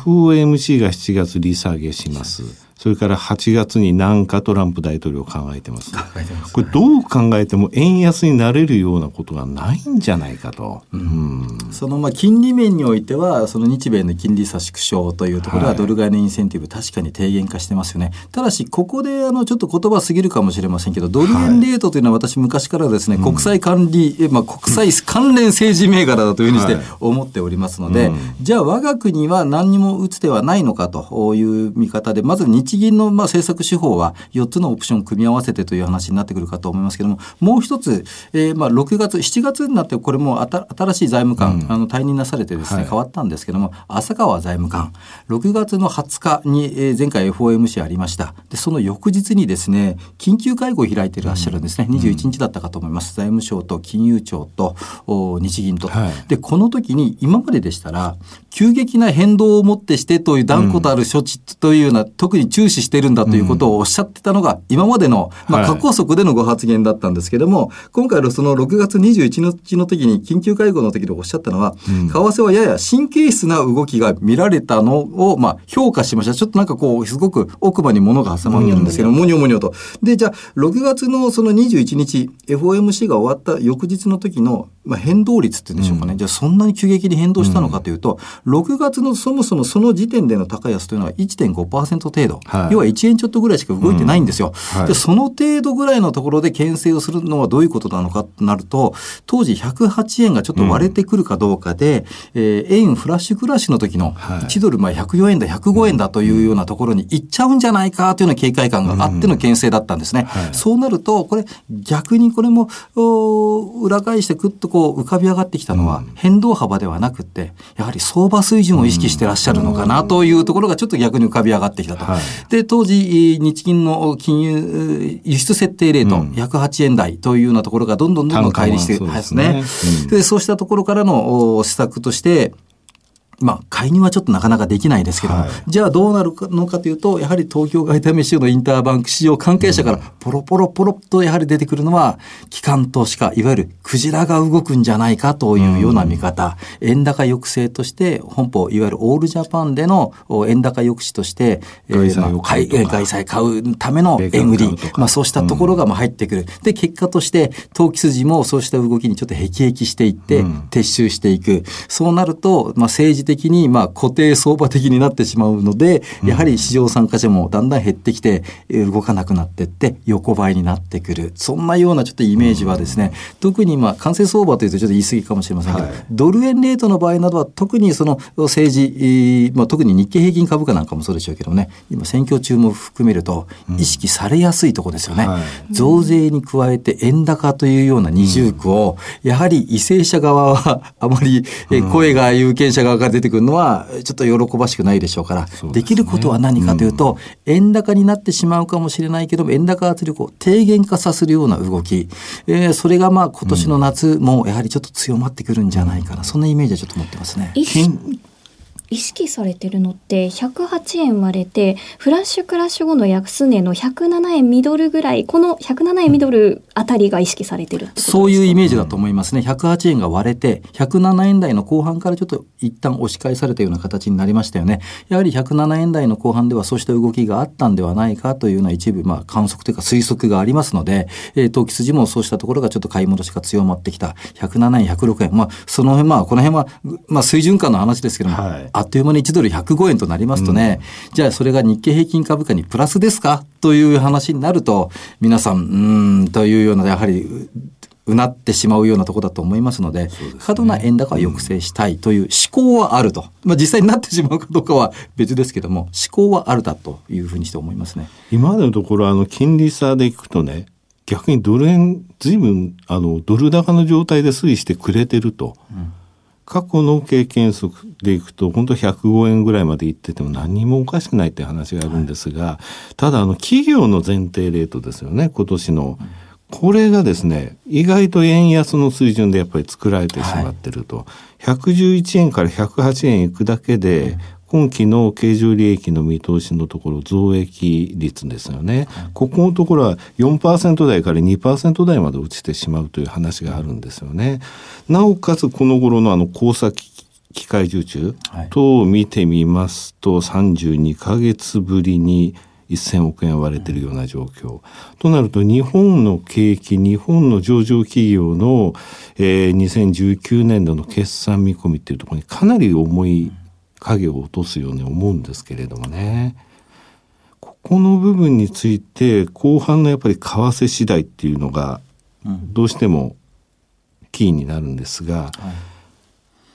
[SPEAKER 3] FOMC が7月利下げします。それから8月に何かトランプ大統領考えてます。これどう考えても円安になれるようなことがないんじゃないかと。
[SPEAKER 6] その金利面においてはその日米の金利差縮小というところはドル買いのインセンティブ確かに低減化してますよね。ただしここでちょっと言葉過ぎるかもしれませんけど、ドル円レートというのは私昔からですね、国際管理、国際関連政治銘柄だというふうにして思っておりますので、じゃあ我が国は何にも打つ手はないのかという見方で、まず日日銀の政策手法は4つのオプションを組み合わせてという話になってくるかと思いますけども、もう一つ、6月7月になってこれも新しい財務官、退任なされてですね、変わったんですけども、浅川財務官6月の20日に、前回 FOMC ありました。でその翌日にですね緊急会合を開いていらっしゃるんですね。21日だったかと思います。財務省と金融庁と日銀と、でこの時に今まででしたら急激な変動をもってしてという断固たる処置というような、特に注視しているんだということをおっしゃってたのが今までの、過去則でのご発言だったんですけども、今回のその6月21日の時に緊急会合の時におっしゃったのは、為替はやや神経質な動きが見られたのを、評価しました。ちょっとなんかこうすごく奥歯に物が挟まってるんですけど、もにょもにょと。でじゃあ6月のその21日 FOMC が終わった翌日の時の変動率っていうんでしょうかね、じゃあそんなに急激に変動したのかというと、6月のそもそもその時点での高安というのは 1.5% 程度、要は1円ちょっとぐらいしか動いてないんですよ。でその程度ぐらいのところで牽制をするのはどういうことなのかとなると、当時108円がちょっと割れてくるかどうかで、円フラッシュクラッシュの時の1ドル104円だ105円だというようなところに行っちゃうんじゃないかというような警戒感があっての牽制だったんですね。そうなるとこれ逆にこれも裏返してぐっとこう浮かび上がってきたのは、変動幅ではなくてやはり相場水準を意識してらっしゃるのかなというところがちょっと逆に浮かび上がってきたと。で当時日銀の金融輸出設定レート108円台というようなところがどんどん乖離しているんですね。でそうしたところからの施策として介入はちょっとなかなかできないですけども、じゃあどうなるのかというと、やはり東京外為市場のインターバンク市場関係者からポロポロとやはり出てくるのは、機関投資家、いわゆるクジラが動くんじゃないかというような見方、円高抑制として本邦いわゆるオールジャパンでの円高抑止として外債買うための円売り、そうしたところが入ってくる。で結果として投機筋もそうした動きにちょっと辟易していって撤収していく。そうなると政治的に固定相場的になってしまうので、やはり市場参加者もだんだん減ってきて動かなくなっていって横ばいになってくる。そんなようなちょっとイメージはですね、特に間接相場というとちょっと言い過ぎかもしれませんけど、ドル円レートの場合などは特にその政治、特に日経平均株価なんかもそうでしょうけどね、今選挙中も含めると意識されやすいところですよね。増税に加えて円高というような二重苦を、やはり為政者側はあまり声が有権者側から出てくるのはちょっと喜ばしくないでしょうから、できることは何かというと、円高になってしまうかもしれないけども円高圧力を低減化させるような動き、それが今年の夏もやはりちょっと強まってくるんじゃないかな、そんなイメージはちょっと持ってますね。
[SPEAKER 4] 意識されてるのって108円割れてフラッシュクラッシュ後の安値の107円ミドルぐらい、この107円ミドルあたりが意識されてるってことですか？
[SPEAKER 6] そういうイメージだと思いますね。108円が割れて107円台の後半からちょっと一旦押し返されたような形になりましたよね。やはり107円台の後半ではそうした動きがあったんではないかというような一部観測というか推測がありますので、投機筋もそうしたところがちょっと買い戻しが強まってきた。107円106円、その辺この辺は水準感の話ですけども、あっという間に1ドル105円となりますとね、じゃあそれが日経平均株価にプラスですかという話になると、皆さんというようなやはりうなってしまうようなところだと思いますので、過度な円高を抑制したいという思考はあると、実際になってしまうかどうかは別ですけども、思考はあるだというふうにして思いますね。
[SPEAKER 3] 今までのところ金利差でいくとね、逆にドル円随分ドル高の状態で推移してくれてると、過去の経験則でいくと本当105円ぐらいまで行ってても何もおかしくないって話があるんですが、ただ企業の前提レートですよね、今年の。これがですね、意外と円安の水準でやっぱり作られてしまってると。111円から108円いくだけで、今期の経常利益の見通しのところ増益率ですよね、ここのところは 4% 台から 2% 台まで落ちてしまうという話があるんですよね。なおかつこの頃の工作機械受注等を見てみますと、32ヶ月ぶりに1000億円割れているような状況、となると日本の景気、日本の上場企業の、2019年度の決算見込みっていうところにかなり重い影を落とすように思うんですけれどもね、ここの部分について後半のやっぱり為替次第っていうのがどうしてもキーになるんですが、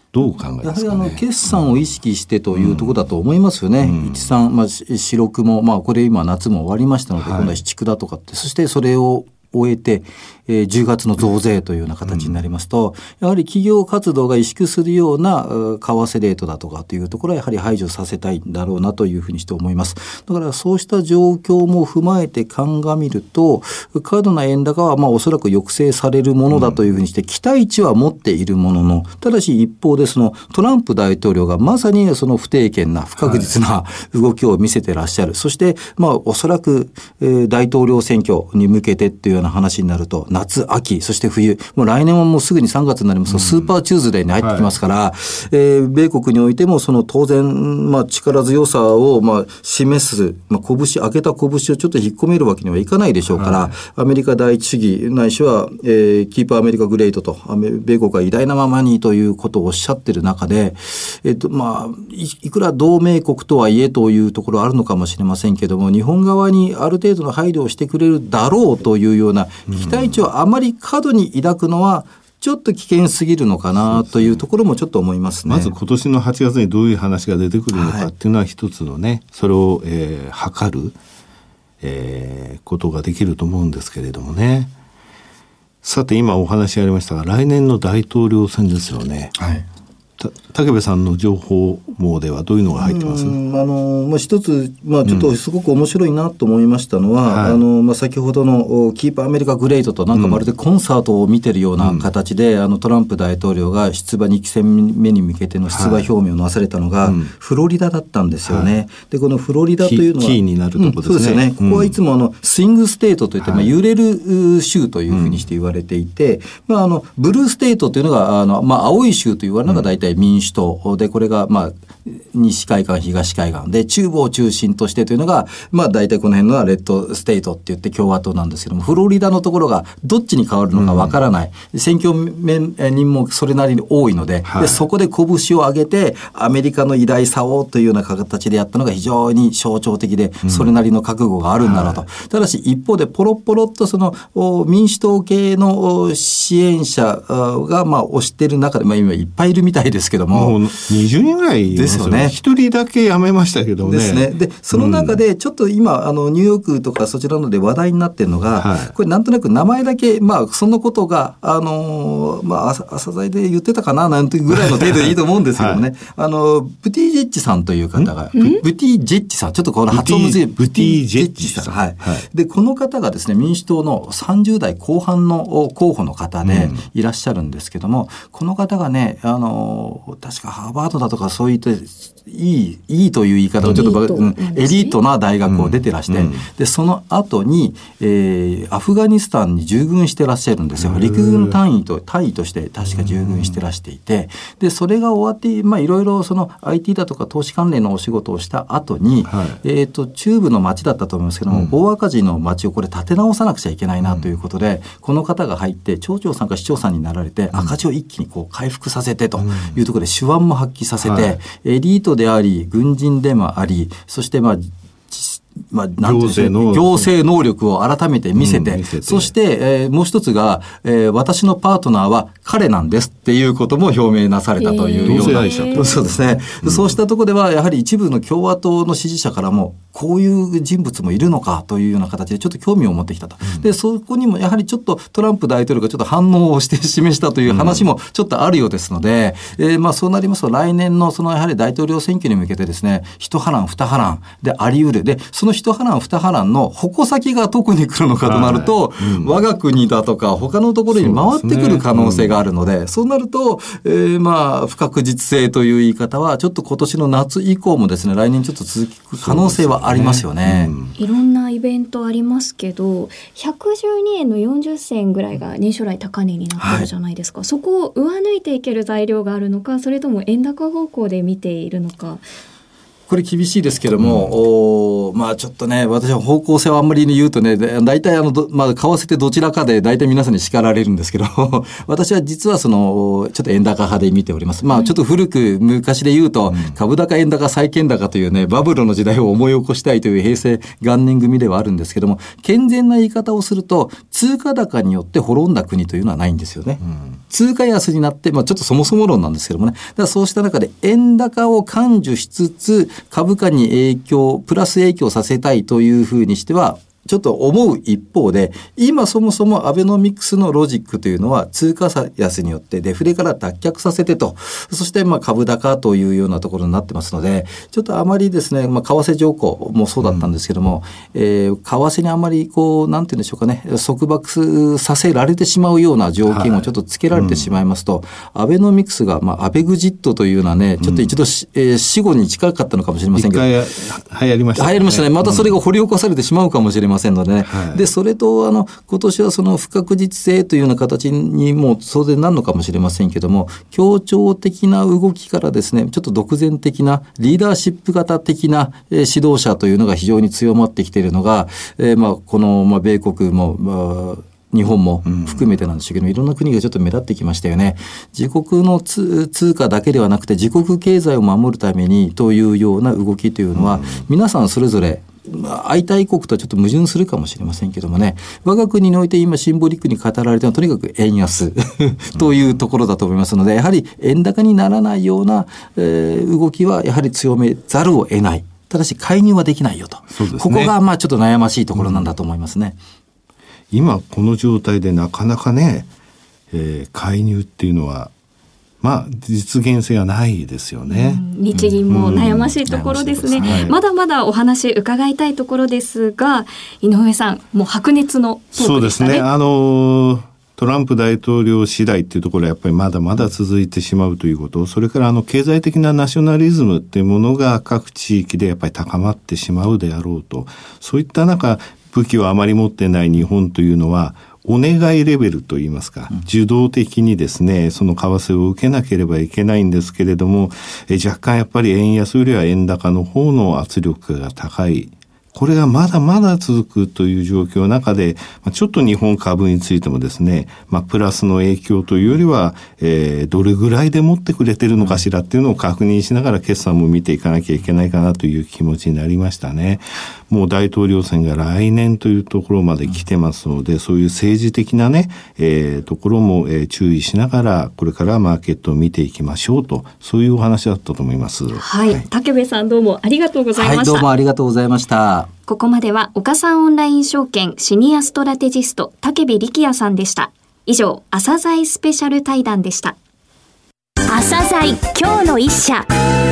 [SPEAKER 3] どう考えますかね。
[SPEAKER 6] やはり決算を意識してというところだと思いますよね。13、四六も、これ今夏も終わりましたので、今度は七九だとかって、そしてそれを終えて、10月の増税というような形になりますと、やはり企業活動が萎縮するような為替レートだとかというところはやはり排除させたいんだろうなというふうにして思います。だからそうした状況も踏まえて鑑みると、過度な円高はおそらく抑制されるものだというふうにして期待値は持っているものの、ただし一方でそのトランプ大統領がまさにその不定権な不確実な動きを見せてらっしゃる。そしておそらく大統領選挙に向けてっていうような話になると、夏、秋、そして冬、もう来年はもうすぐに3月になりますと、スーパーチューズデーに入ってきますから、米国においてもその当然、力強さを示す、拳、開けた拳をちょっと引っ込めるわけにはいかないでしょうから、アメリカ第一主義ないしは、キープアメリカグレートと、米国が偉大なままにということをおっしゃってる中で、いくら同盟国とはいえというところあるのかもしれませんけども、日本側にある程度の配慮をしてくれるだろうというような期待値をあまり過度に抱くのはちょっと危険すぎるのかなというところもちょっと思いますね。
[SPEAKER 3] まず今年の8月にどういう話が出てくるのかっていうのは一つのね、それを、測る、ことができると思うんですけれどもね。さて今お話ありましたが、来年の大統領選ですよね。武部さんの情報網ではどういうのが入ってます？
[SPEAKER 6] 一つ、ちょっとすごく面白いなと思いましたのは、先ほどのキープアメリカグレートとなんかまるでコンサートを見てるような形で、トランプ大統領が出馬2期戦目に向けての出馬表明をなされたのが、フロリダだったんですよね。でこのフロリダというのは
[SPEAKER 3] キーになるところですね。
[SPEAKER 6] そうですよね。ここはいつもスイングステートといって、揺れる州というふうにして言われていて、ブルーステートというのが青い州と言われるのが大体民主党で、これが西海岸東海岸で中部を中心としてというのが大体この辺のはレッドステートって言って共和党なんですけども、フロリダのところがどっちに変わるのかわからない、選挙人もそれなりに多いので、でそこで拳を上げてアメリカの偉大さをというような形でやったのが非常に象徴的で、それなりの覚悟があるんだろうと。ただし一方でポロっとその民主党系の支援者が推している中で、今いっぱいいるみたいですけども、
[SPEAKER 3] もう20人ぐらいいますよね。一人だけ辞めましたけどね。
[SPEAKER 6] ですね。でその中でちょっと今ニューヨークとかそちらので話題になっているのが、これなんとなく名前だけそのことが朝鮮で言ってたかななんてぐらいの程度でいいと思うんですけどね。ブティジェッジさんという方が、ブティジェッジさん、ちょっとこの発音むずい、ブティジェッジさん、でこの方がですね、民主党の30代後半の候補の方でいらっしゃるんですけども、この方がね、確かハーバードだとかそういったいいという言い方をちょっとエリートな大学を出てらして、でその後に、アフガニスタンに従軍してらっしゃるんですよ。陸軍隊員として確か従軍してらしていて、でそれが終わっていろいろその IT だとか投資関連のお仕事をした後に、中部の町だったと思いますけども、大赤字の町をこれ立て直さなくちゃいけないなということで、この方が入って町長さんか市長さんになられて、赤字を一気に回復させてというところで手腕も発揮させて、エリートであり軍人でもあり、そして行政能力を改めて見せて、そして、もう一つが、私のパートナーは彼なんですっていうことも表明なされたというような、そうですね、そうしたところではやはり一部の共和党の支持者からもこういう人物もいるのかというような形でちょっと興味を持ってきたと。でそこにもやはりちょっとトランプ大統領がちょっと反応をして示したという話もちょっとあるようですので、そうなりますと来年のそのやはり大統領選挙に向けてですね、一波乱二波乱であり得る。でその一波乱二波乱の矛先がどこに来るのかとなると、我が国だとか他のところに回ってくる可能性があるので、そうなると、不確実性という言い方はちょっと今年の夏以降もですね、来年ちょっと続く可能性はありますよね。
[SPEAKER 7] いろんなイベントありますけど、112円の40銭ぐらいが年初来高値になってるじゃないですか、そこを上抜いていける材料があるのか、それとも円高方向で見ているのか。
[SPEAKER 6] これ厳しいですけども、ちょっとね、私は方向性をあんまり言うとね、大体為替ってどちらかで大体皆さんに叱られるんですけど私は実はちょっと円高派で見ております。ちょっと古く昔で言うと、株高円高債券高というね、バブルの時代を思い起こしたいという平成元年組ではあるんですけども、健全な言い方をすると通貨高によって滅んだ国というのはないんですよね。 通貨安になって、ちょっとそもそも論なんですけどもね。だからそうした中で円高を感受しつつ株価にプラス影響させたいというふうにしては、ちょっと思う一方で、今そもそもアベノミクスのロジックというのは通貨安によってデフレから脱却させてと、そして株高というようなところになってますので、ちょっとあまりですね、為替条項もそうだったんですけども、為替にあまりなんていうんでしょうかね、束縛させられてしまうような条件をちょっとつけられてしまいますと、アベノミクスがアベグジットというようなね、ちょっと一度死後に近かったのかもしれませんけど、
[SPEAKER 3] 一回流行りましたね。
[SPEAKER 6] 流行りましたね。またそれが掘り起こされてしまうかもしれませんのでね。で、それと今年はその不確実性というような形にも当然なるのかもしれませんけども、協調的な動きからですね、ちょっと独善的なリーダーシップ型的な指導者というのが非常に強まってきているのが、この米国も、日本も含めてなんでしょうけど、いろんな国がちょっと目立ってきましたよね。自国の通貨だけではなくて自国経済を守るためにというような動きというのは、皆さんそれぞれ相対国とはちょっと矛盾するかもしれませんけどもね、我が国において今シンボリックに語られているのはとにかく円安というところだと思いますので、やはり円高にならないような、動きはやはり強めざるを得ない。ただし介入はできないよと。そうですね、ここがちょっと悩ましいところなんだと思いますね。
[SPEAKER 3] 今この状態でなかなかね、介入っていうのは実現性がないですよね。
[SPEAKER 7] 日銀も悩ましいところですね。はい、まだまだお話伺いたいところですが、井上さん、もう白熱のトークでしたね。
[SPEAKER 3] そうですね。トランプ大統領次第っていうところはやっぱりまだまだ続いてしまうということ、それから経済的なナショナリズムっていうものが各地域でやっぱり高まってしまうであろうと、そういった中、武器をあまり持ってない日本というのはお願いレベルといいますか、受動的にですね、その為替を受けなければいけないんですけれども、若干やっぱり円安よりは円高の方の圧力が高い。これがまだまだ続くという状況の中で、ちょっと日本株についてもですね、プラスの影響というよりは、どれぐらいで持ってくれてるのかしらっていうのを確認しながら決算も見ていかなきゃいけないかなという気持ちになりましたね。もう大統領選が来年というところまで来てますので、そういう政治的なね、ところも、注意しながらこれからマーケットを見ていきましょうと、そういうお話だったと思います。
[SPEAKER 7] はい、武部さんどうもありがとうございました。
[SPEAKER 6] はい、どうもありがとうございました。
[SPEAKER 7] ここまでは岡三オンライン証券シニアストラテジスト武部力也さんでした。以上、朝鮮スペシャル対談でした。
[SPEAKER 2] 朝鮮今日の一社。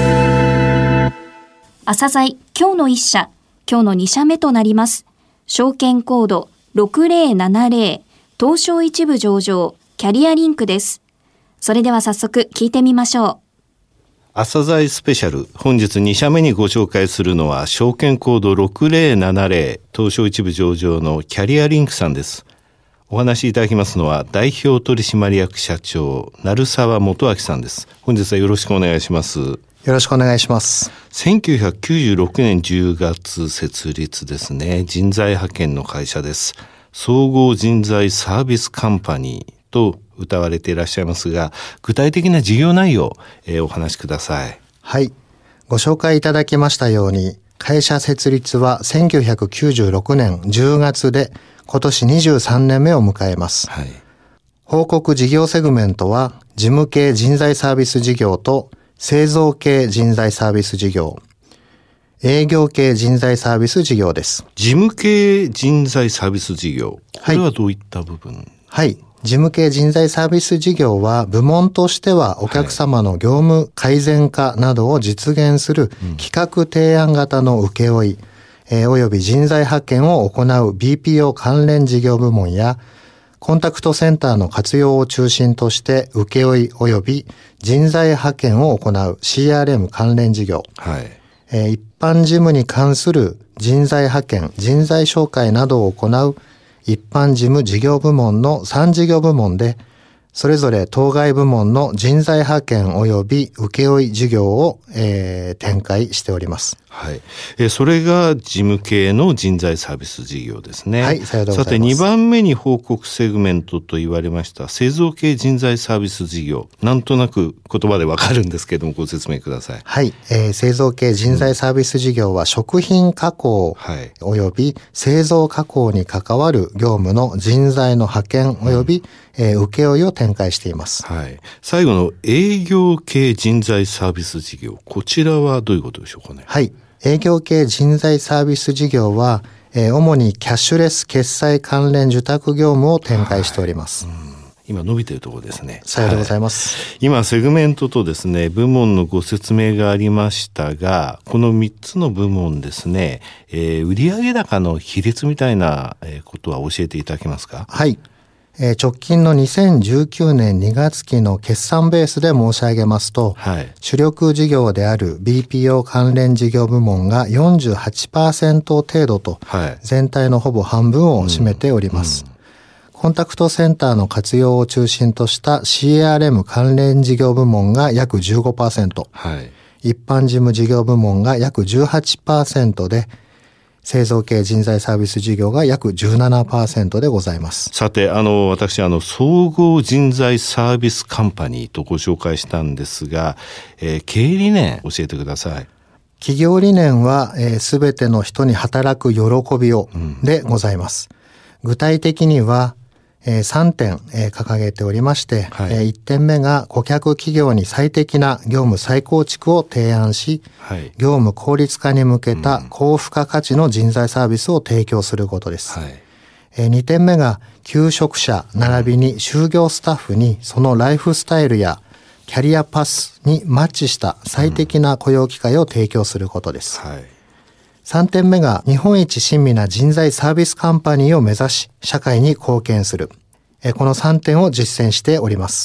[SPEAKER 4] 朝鮮今日の一社、今日の2社目となります。証券コード6070、東証一部上場キャリアリンクです。それでは早速聞いてみましょう。
[SPEAKER 3] 朝鮮スペシャル、本日2社目にご紹介するのは証券コード6070、東証一部上場のキャリアリンクさんです。お話しいただきますのは代表取締役社長鳴沢元明さんです。本日はよろしくお願いします。
[SPEAKER 8] よろしくお願いします。
[SPEAKER 3] 1996年10月設立ですね。人材派遣の会社です。総合人材サービスカンパニーと謳われていらっしゃいますが、具体的な事業内容、お話しください。
[SPEAKER 8] はい。ご紹介いただきましたように、会社設立は1996年10月で、今年23年目を迎えます。はい。報告事業セグメントは、事務系人材サービス事業と、製造系人材サービス事業、営業系人材サービス事業です。
[SPEAKER 3] 事務系人材サービス事業。これはどういった部分？
[SPEAKER 8] はい。事務系人材サービス事業は部門としてはお客様の業務改善化などを実現する企画提案型の請負、および人材派遣を行う BPO 関連事業部門やコンタクトセンターの活用を中心として請負および人材派遣を行う CRM 関連事業、はい、一般事務に関する人材派遣、人材紹介などを行う一般事務事業部門の3事業部門で、それぞれ当該部門の人材派遣及び請負事業を、展開しております。
[SPEAKER 3] はい。それが事務系の人材サービス事業ですね。
[SPEAKER 8] はい、さようでございます。
[SPEAKER 3] さて2番目に報告セグメントと言われました製造系人材サービス事業、なんとなく言葉でわかるんですけどもご説明ください。
[SPEAKER 8] はい、製造系人材サービス事業は食品加工および製造加工に関わる業務の人材の派遣および、請負を展開しています。
[SPEAKER 3] はい。最後の営業系人材サービス事業、こちらはどういうことでしょうかね。
[SPEAKER 8] はい。営業系人材サービス事業は、主にキャッシュレス決済関連受託業務を展開しております。
[SPEAKER 3] 今伸びているところですね。
[SPEAKER 8] さようでございます。
[SPEAKER 3] 今セグメントとですね、部門のご説明がありましたが、この3つの部門ですね、売上高の比率みたいなことは教えていただけますか。
[SPEAKER 8] はい。直近の2019年2月期の決算ベースで申し上げますと、はい、主力事業である BPO 関連事業部門が 48% 程度と、はい、全体のほぼ半分を占めております。コンタクトセンターの活用を中心とした CRM 関連事業部門が約 15%、はい、一般事務事業部門が約 18% で、製造系人材サービス事業が約 17% でございます。
[SPEAKER 3] さて、私、総合人材サービスカンパニーとご紹介したんですが、経営理念教えてください。
[SPEAKER 8] 企業理念は、すべての人に働く喜びをでございます。具体的には、3点、掲げておりまして、はい、1点目が顧客企業に最適な業務再構築を提案し、はい、業務効率化に向けた高付加価値の人材サービスを提供することです。はい、2点目が求職者並びに就業スタッフにそのライフスタイルやキャリアパスにマッチした最適な雇用機会を提供することです。はい、3点目が日本一親身な人材サービスカンパニーを目指し社会に貢献する。この3点を実践しております。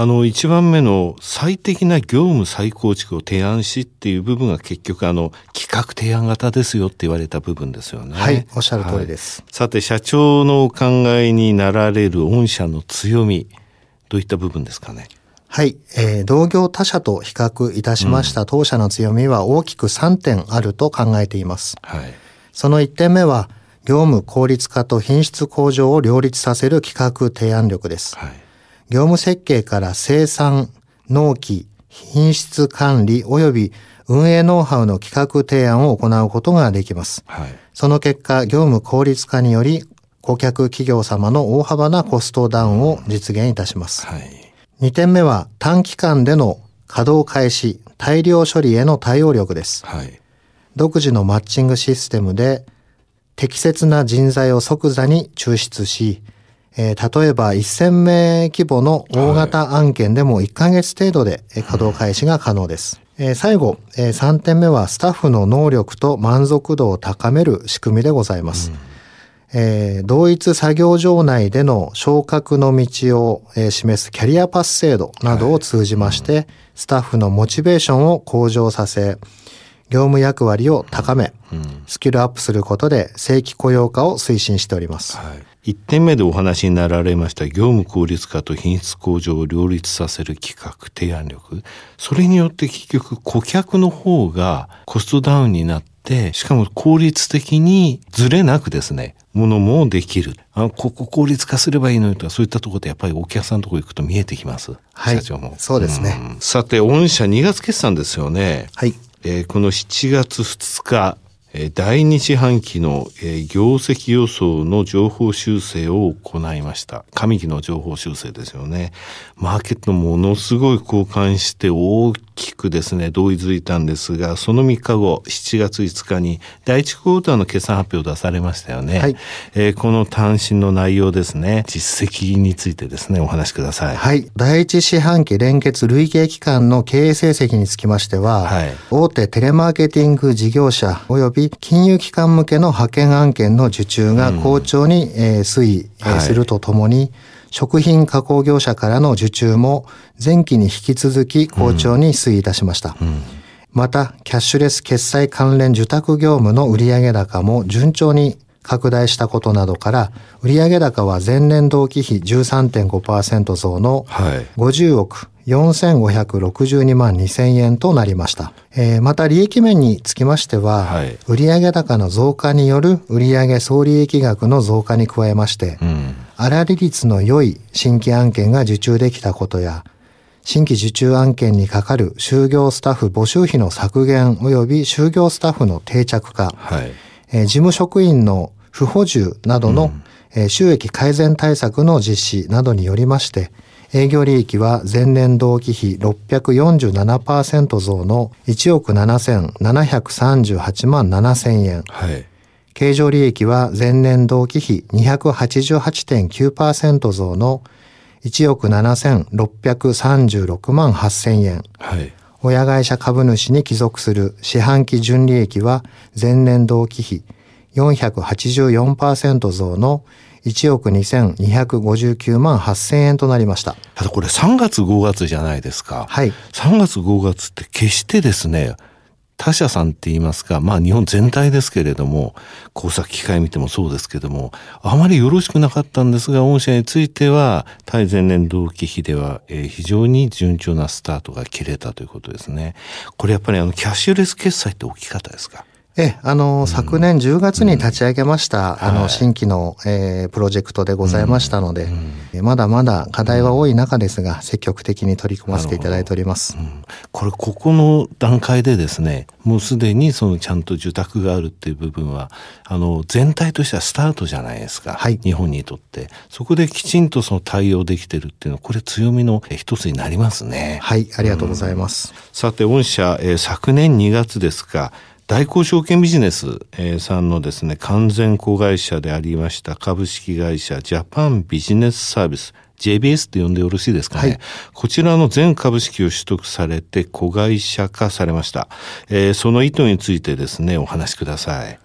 [SPEAKER 3] 1番目の最適な業務再構築を提案しっていう部分が結局企画提案型ですよって言われた部分ですよね。
[SPEAKER 8] はい、おっしゃる通りです。
[SPEAKER 3] はい、さて社長のお考えになられる御社の強み、どういった部分ですかね。
[SPEAKER 8] はい、同業他社と比較いたしました当社の強みは大きく3点あると考えています。はい、その1点目は業務効率化と品質向上を両立させる企画提案力です。はい、業務設計から生産、納期、品質管理及び運営ノウハウの企画提案を行うことができます。はい、その結果、業務効率化により顧客企業様の大幅なコストダウンを実現いたします。はい、2点目は短期間での稼働開始、大量処理への対応力です。はい、独自のマッチングシステムで適切な人材を即座に抽出し、例えば1000名規模の大型案件でも1ヶ月程度で稼働開始が可能です。最後、3点目はスタッフの能力と満足度を高める仕組みでございます。同一作業場内での昇格の道を示すキャリアパス制度などを通じまして、スタッフのモチベーションを向上させ、業務役割を高め、スキルアップすることで正規雇用化を推進しております。
[SPEAKER 3] はい、1点目でお話になられました業務効率化と品質向上を両立させる企画提案力、それによって結局顧客の方がコストダウンになって、しかも効率的にずれなくですね、ものもできる。ここ効率化すればいいのにとか、そういったところでやっぱりお客さんのところ行くと見えてきます。
[SPEAKER 8] はい、
[SPEAKER 3] 社長も。
[SPEAKER 8] そうですね。
[SPEAKER 3] さて、御社2月決算ですよね。
[SPEAKER 8] はい。
[SPEAKER 3] この7月2日、第2四半期の業績予想の情報修正を行いました。上期の情報修正ですよね。マーケットものすごい交換して大きくですね、同意づいたんですが、その3日後、7月5日に第1クォーターの決算発表を出されましたよね。はい、この単身の内容ですね、実績についてですね、お話しください。
[SPEAKER 8] はい。第1四半期連結累計期間の経営成績につきましては、はい、大手テレマーケティング事業者及び金融機関向けの派遣案件の受注が好調に推移するとともに、はい、食品加工業者からの受注も前期に引き続き好調に推移いたしました。また、キャッシュレス決済関連受託業務の売上高も順調に拡大したことなどから、売上高は前年同期比 13.5% 増の50億4562万2000円となりました。また利益面につきましては、売上高の増加による売上総利益額の増加に加えまして、粗利率の良い新規案件が受注できたことや、新規受注案件にかかる就業スタッフ募集費の削減及び就業スタッフの定着化、事務職員の不補充などの収益改善対策の実施などによりまして、営業利益は前年同期比 647% 増の1億7738万7000円。経常利益は前年同期比 288.9% 増の1億7636万8000円。親会社株主に帰属する四半期純利益は前年同期比 484% 増の1億2259万8000円となりました。
[SPEAKER 3] ただこれ3月5月じゃないですか。3月5月って決してですね、他社さんって言いますか、日本全体ですけれども、工作機械見てもそうですけども、あまりよろしくなかったんですが、御社については対前年同期比では非常に順調なスタートが切れたということですね。これやっぱりキャッシュレス決済って大きかったですか？
[SPEAKER 8] 昨年10月に立ち上げました、新規の、プロジェクトでございましたので、まだまだ課題は多い中ですが、積極的に取り組ませていただいております。
[SPEAKER 3] ここの段階でですね、もうすでにちゃんと受託があるっていう部分は、全体としてはスタートじゃないですか。日本にとって。そこできちんと対応できてるっていうのは、これ強みの一つになりますね。
[SPEAKER 8] ありがとうございます。
[SPEAKER 3] さて、御社、昨年2月ですか、大光証券ビジネスさんのですね、完全子会社でありました株式会社ジャパンビジネスサービス JBS と呼んでよろしいですかね。こちらの全株式を取得されて子会社化されました。その意図についてですね、お話しください。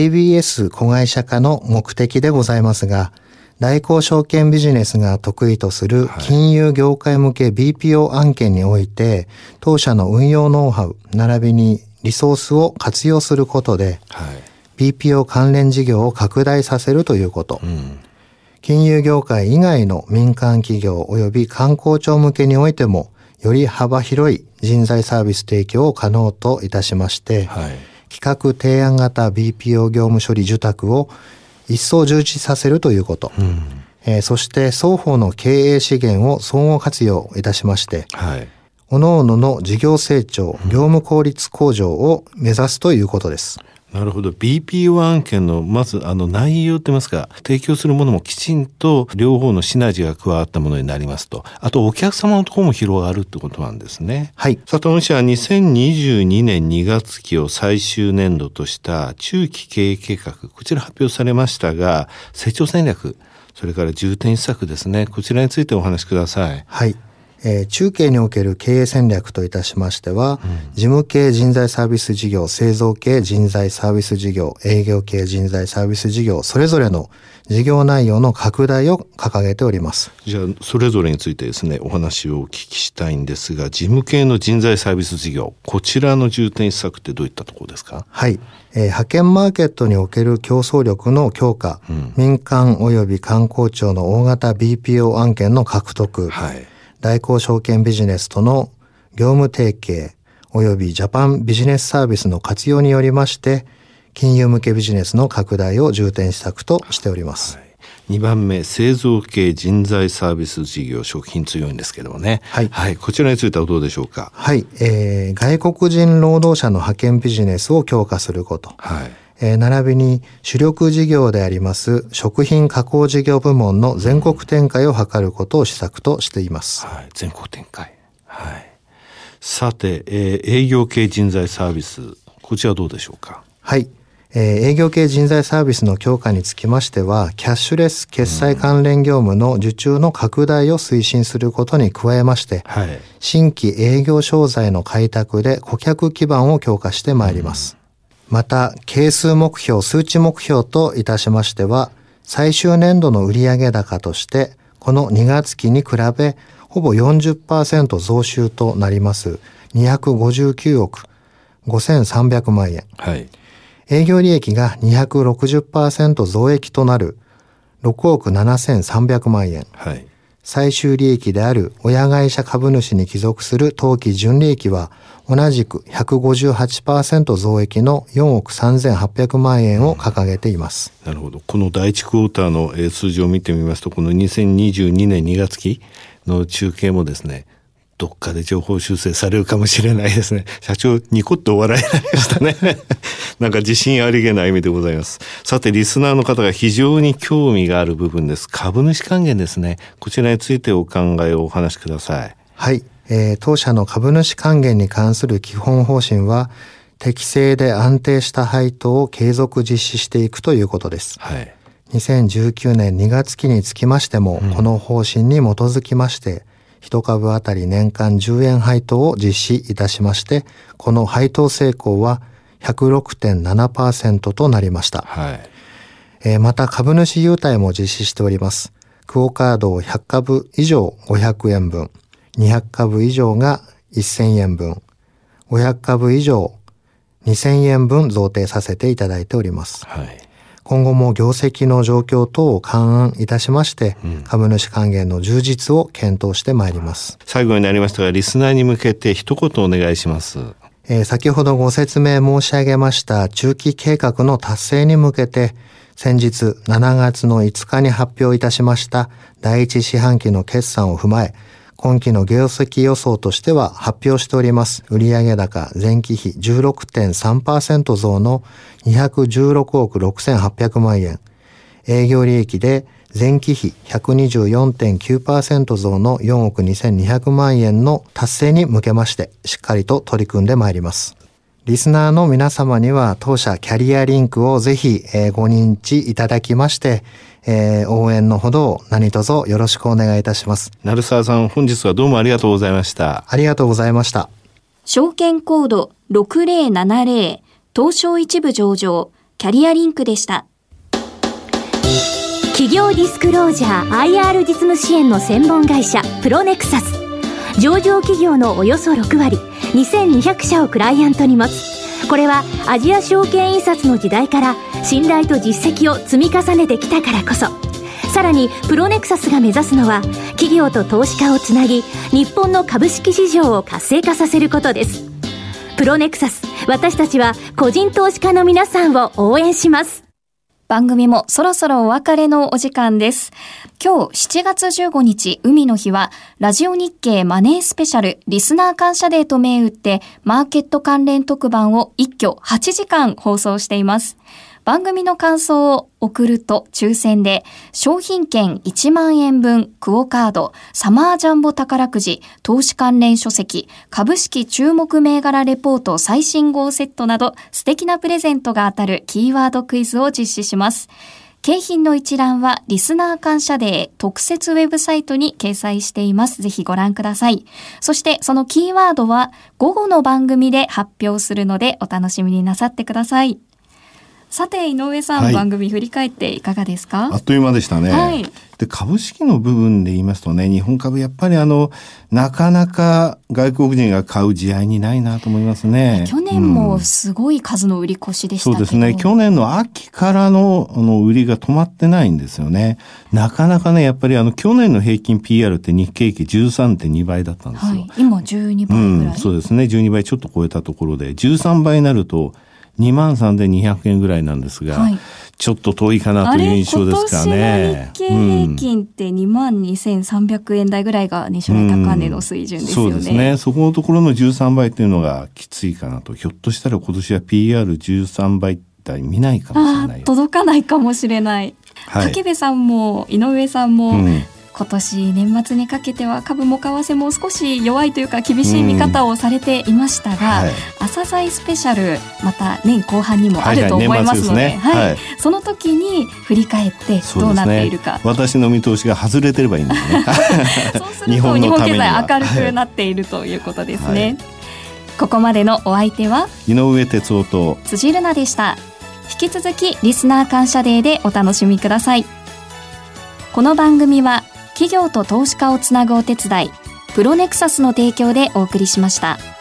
[SPEAKER 8] JBS 子会社化の目的でございますが、大光証券ビジネスが得意とする金融業界向け BPO 案件において、当社の運用ノウハウ並びにリソースを活用することで、BPO 関連事業を拡大させるということ、金融業界以外の民間企業及び観光庁向けにおいても、より幅広い人材サービス提供を可能といたしまして、企画提案型 BPO 業務処理受託を一層充実させるということ、そして双方の経営資源を相互活用いたしまして、各々の事業成長、業務効率向上を目指すということです。
[SPEAKER 3] なるほど。BPO 案件のまず内容といいますか、提供するものもきちんと両方のシナジーが加わったものになりますと、あとお客様のところも広がるってことなんですね。さて、御社は2022年2月期を最終年度とした中期経営計画、こちら発表されましたが、成長戦略、それから重点施策ですね、こちらについてお話しください。
[SPEAKER 8] 中計における経営戦略といたしましては、事務系人材サービス事業、製造系人材サービス事業、営業系人材サービス事業、それぞれの事業内容の拡大を掲げております。
[SPEAKER 3] じゃあ、それぞれについてですね、お話をお聞きしたいんですが、事務系の人材サービス事業、こちらの重点施策ってどういったところですか？
[SPEAKER 8] 派遣マーケットにおける競争力の強化、民間及び観光庁の大型 BPO 案件の獲得、大光証券ビジネスとの業務提携及びジャパンビジネスサービスの活用によりまして、金融向けビジネスの拡大を重点施策としております。
[SPEAKER 3] 2番目、製造系人材サービス事業、食品強いんですけどもね。こちらについてはどうでしょうか？
[SPEAKER 8] 外国人労働者の派遣ビジネスを強化すること。並びに主力事業であります食品加工事業部門の全国展開を図ることを施策としています。
[SPEAKER 3] 全国展開。さて、営業系人材サービス、こちらはどうでしょうか？
[SPEAKER 8] 営業系人材サービスの強化につきましては、キャッシュレス決済関連業務の受注の拡大を推進することに加えまして、新規営業商材の開拓で顧客基盤を強化してまいります。また、係数目標、数値目標といたしましては、最終年度の売上高として、この2月期に比べ、ほぼ 40% 増収となります、259億5300万円。 営業利益が 260% 増益となる6億7300万円。
[SPEAKER 3] はい。
[SPEAKER 8] 最終利益である親会社株主に帰属する当期純利益は同じく 158% 増益の4億3800万円を掲げています。
[SPEAKER 3] なるほど。この第1クォーターの数字を見てみますと、この2022年2月期の中継もですね、どっかで情報修正されるかもしれないですね。社長ニコッとお笑いになりましたね。なんか自信ありげな意味でございます。さてリスナーの方が非常に興味がある部分です。株主還元ですね。こちらについてお考えをお話しください。
[SPEAKER 8] はい、当社の株主還元に関する基本方針は適正で安定した配当を継続実施していくということです。
[SPEAKER 3] はい。
[SPEAKER 8] 2019年2月期につきましても、この方針に基づきまして1株当たり年間10円配当を実施いたしまして、この配当成功は 106.7% となりました。
[SPEAKER 3] はい。
[SPEAKER 8] また株主優待も実施しております。クオカードを100株以上500円分、200株以上が1000円分、500株以上2000円分贈呈させていただいております。
[SPEAKER 3] はい。
[SPEAKER 8] 今後も業績の状況等を勘案いたしまして、株主還元の充実を検討してまいります。
[SPEAKER 3] 最後になりましたが、リスナーに向けて一言お願いします。
[SPEAKER 8] 先ほどご説明申し上げました中期計画の達成に向けて、先日7月の5日に発表いたしました第一四半期の決算を踏まえ、今期の業績予想としては発表しております売上高前期比 16.3% 増の216億6800万円、営業利益で前期比 124.9% 増の4億2200万円の達成に向けましてしっかりと取り組んでまいります。リスナーの皆様には当社キャリアリンクをぜひご認知いただきまして、応援のほどを何卒よろしくお願いいたします。
[SPEAKER 3] 成沢さん、本日はどうもありがとうございました。
[SPEAKER 8] ありがとうございました。
[SPEAKER 4] 証券コード6070東証一部上場キャリアリンクでした。
[SPEAKER 2] 企業ディスクロージャー IR 実務支援の専門会社プロネクサス。上場企業のおよそ6割2200社をクライアントに持つ。これはアジア証券印刷の時代から信頼と実績を積み重ねてきたからこそ。さらにプロネクサスが目指すのは企業と投資家をつなぎ、日本の株式市場を活性化させることです。プロネクサス、私たちは個人投資家の皆さんを応援します。
[SPEAKER 4] 番組もそろそろお別れのお時間です。今日7月15日海の日はラジオ日経マネースペシャルリスナー感謝デーと銘打ってマーケット関連特番を一挙8時間放送しています。番組の感想を送ると抽選で商品券1万円分クオカード、サマージャンボ宝くじ、投資関連書籍、株式注目銘柄レポート最新号セットなど素敵なプレゼントが当たるキーワードクイズを実施します。景品の一覧はリスナー感謝デー特設ウェブサイトに掲載しています。ぜひご覧ください。そしてそのキーワードは午後の番組で発表するのでお楽しみになさってください。さて井上さん、番組振り返っていかがですか？
[SPEAKER 3] あっという間でしたね。はい、で株式の部分で言いますとね、日本株やっぱりなかなか外国人が買う地合いにないなと思いますね。
[SPEAKER 4] 去年もすごい数の売り越しでしたけど、
[SPEAKER 3] そうですね。去年の秋からの売りが止まってないんですよね。なかなかね、やっぱり去年の平均 PR って日経平均 13.2 倍だったんですよ。はい、
[SPEAKER 4] 今12倍ぐらい、
[SPEAKER 3] そうですね。12倍ちょっと超えたところで13倍になると23,200円ぐらいなんですが、はい、ちょっと遠いかなという印象ですかね。
[SPEAKER 4] 今年の日経平均って22,300円台ぐらいが年初来高値の水準ですよね。
[SPEAKER 3] そうですね。そこのところの13倍っていうのがきついかなと。ひょっとしたら今年は PR13 倍台見ないかもしれない。
[SPEAKER 4] 届かないかもしれない。はい、武部さんも井上さんも、今年年末にかけては株も為替も少し弱いというか厳しい見方をされていましたが、朝鮮スペシャルまた年後半にもあると思いますので、その時に振り返ってどうなっているか、
[SPEAKER 3] 私の見通しが外れてればいいんですね。
[SPEAKER 4] そうすると日本経済明るくなっているということですね。ここまでのお相手は
[SPEAKER 3] 井上哲夫と
[SPEAKER 4] 辻るなでした。引き続きリスナー感謝デーでお楽しみください。この番組は企業と投資家をつなぐお手伝いプロネクサスの提供でお送りしました。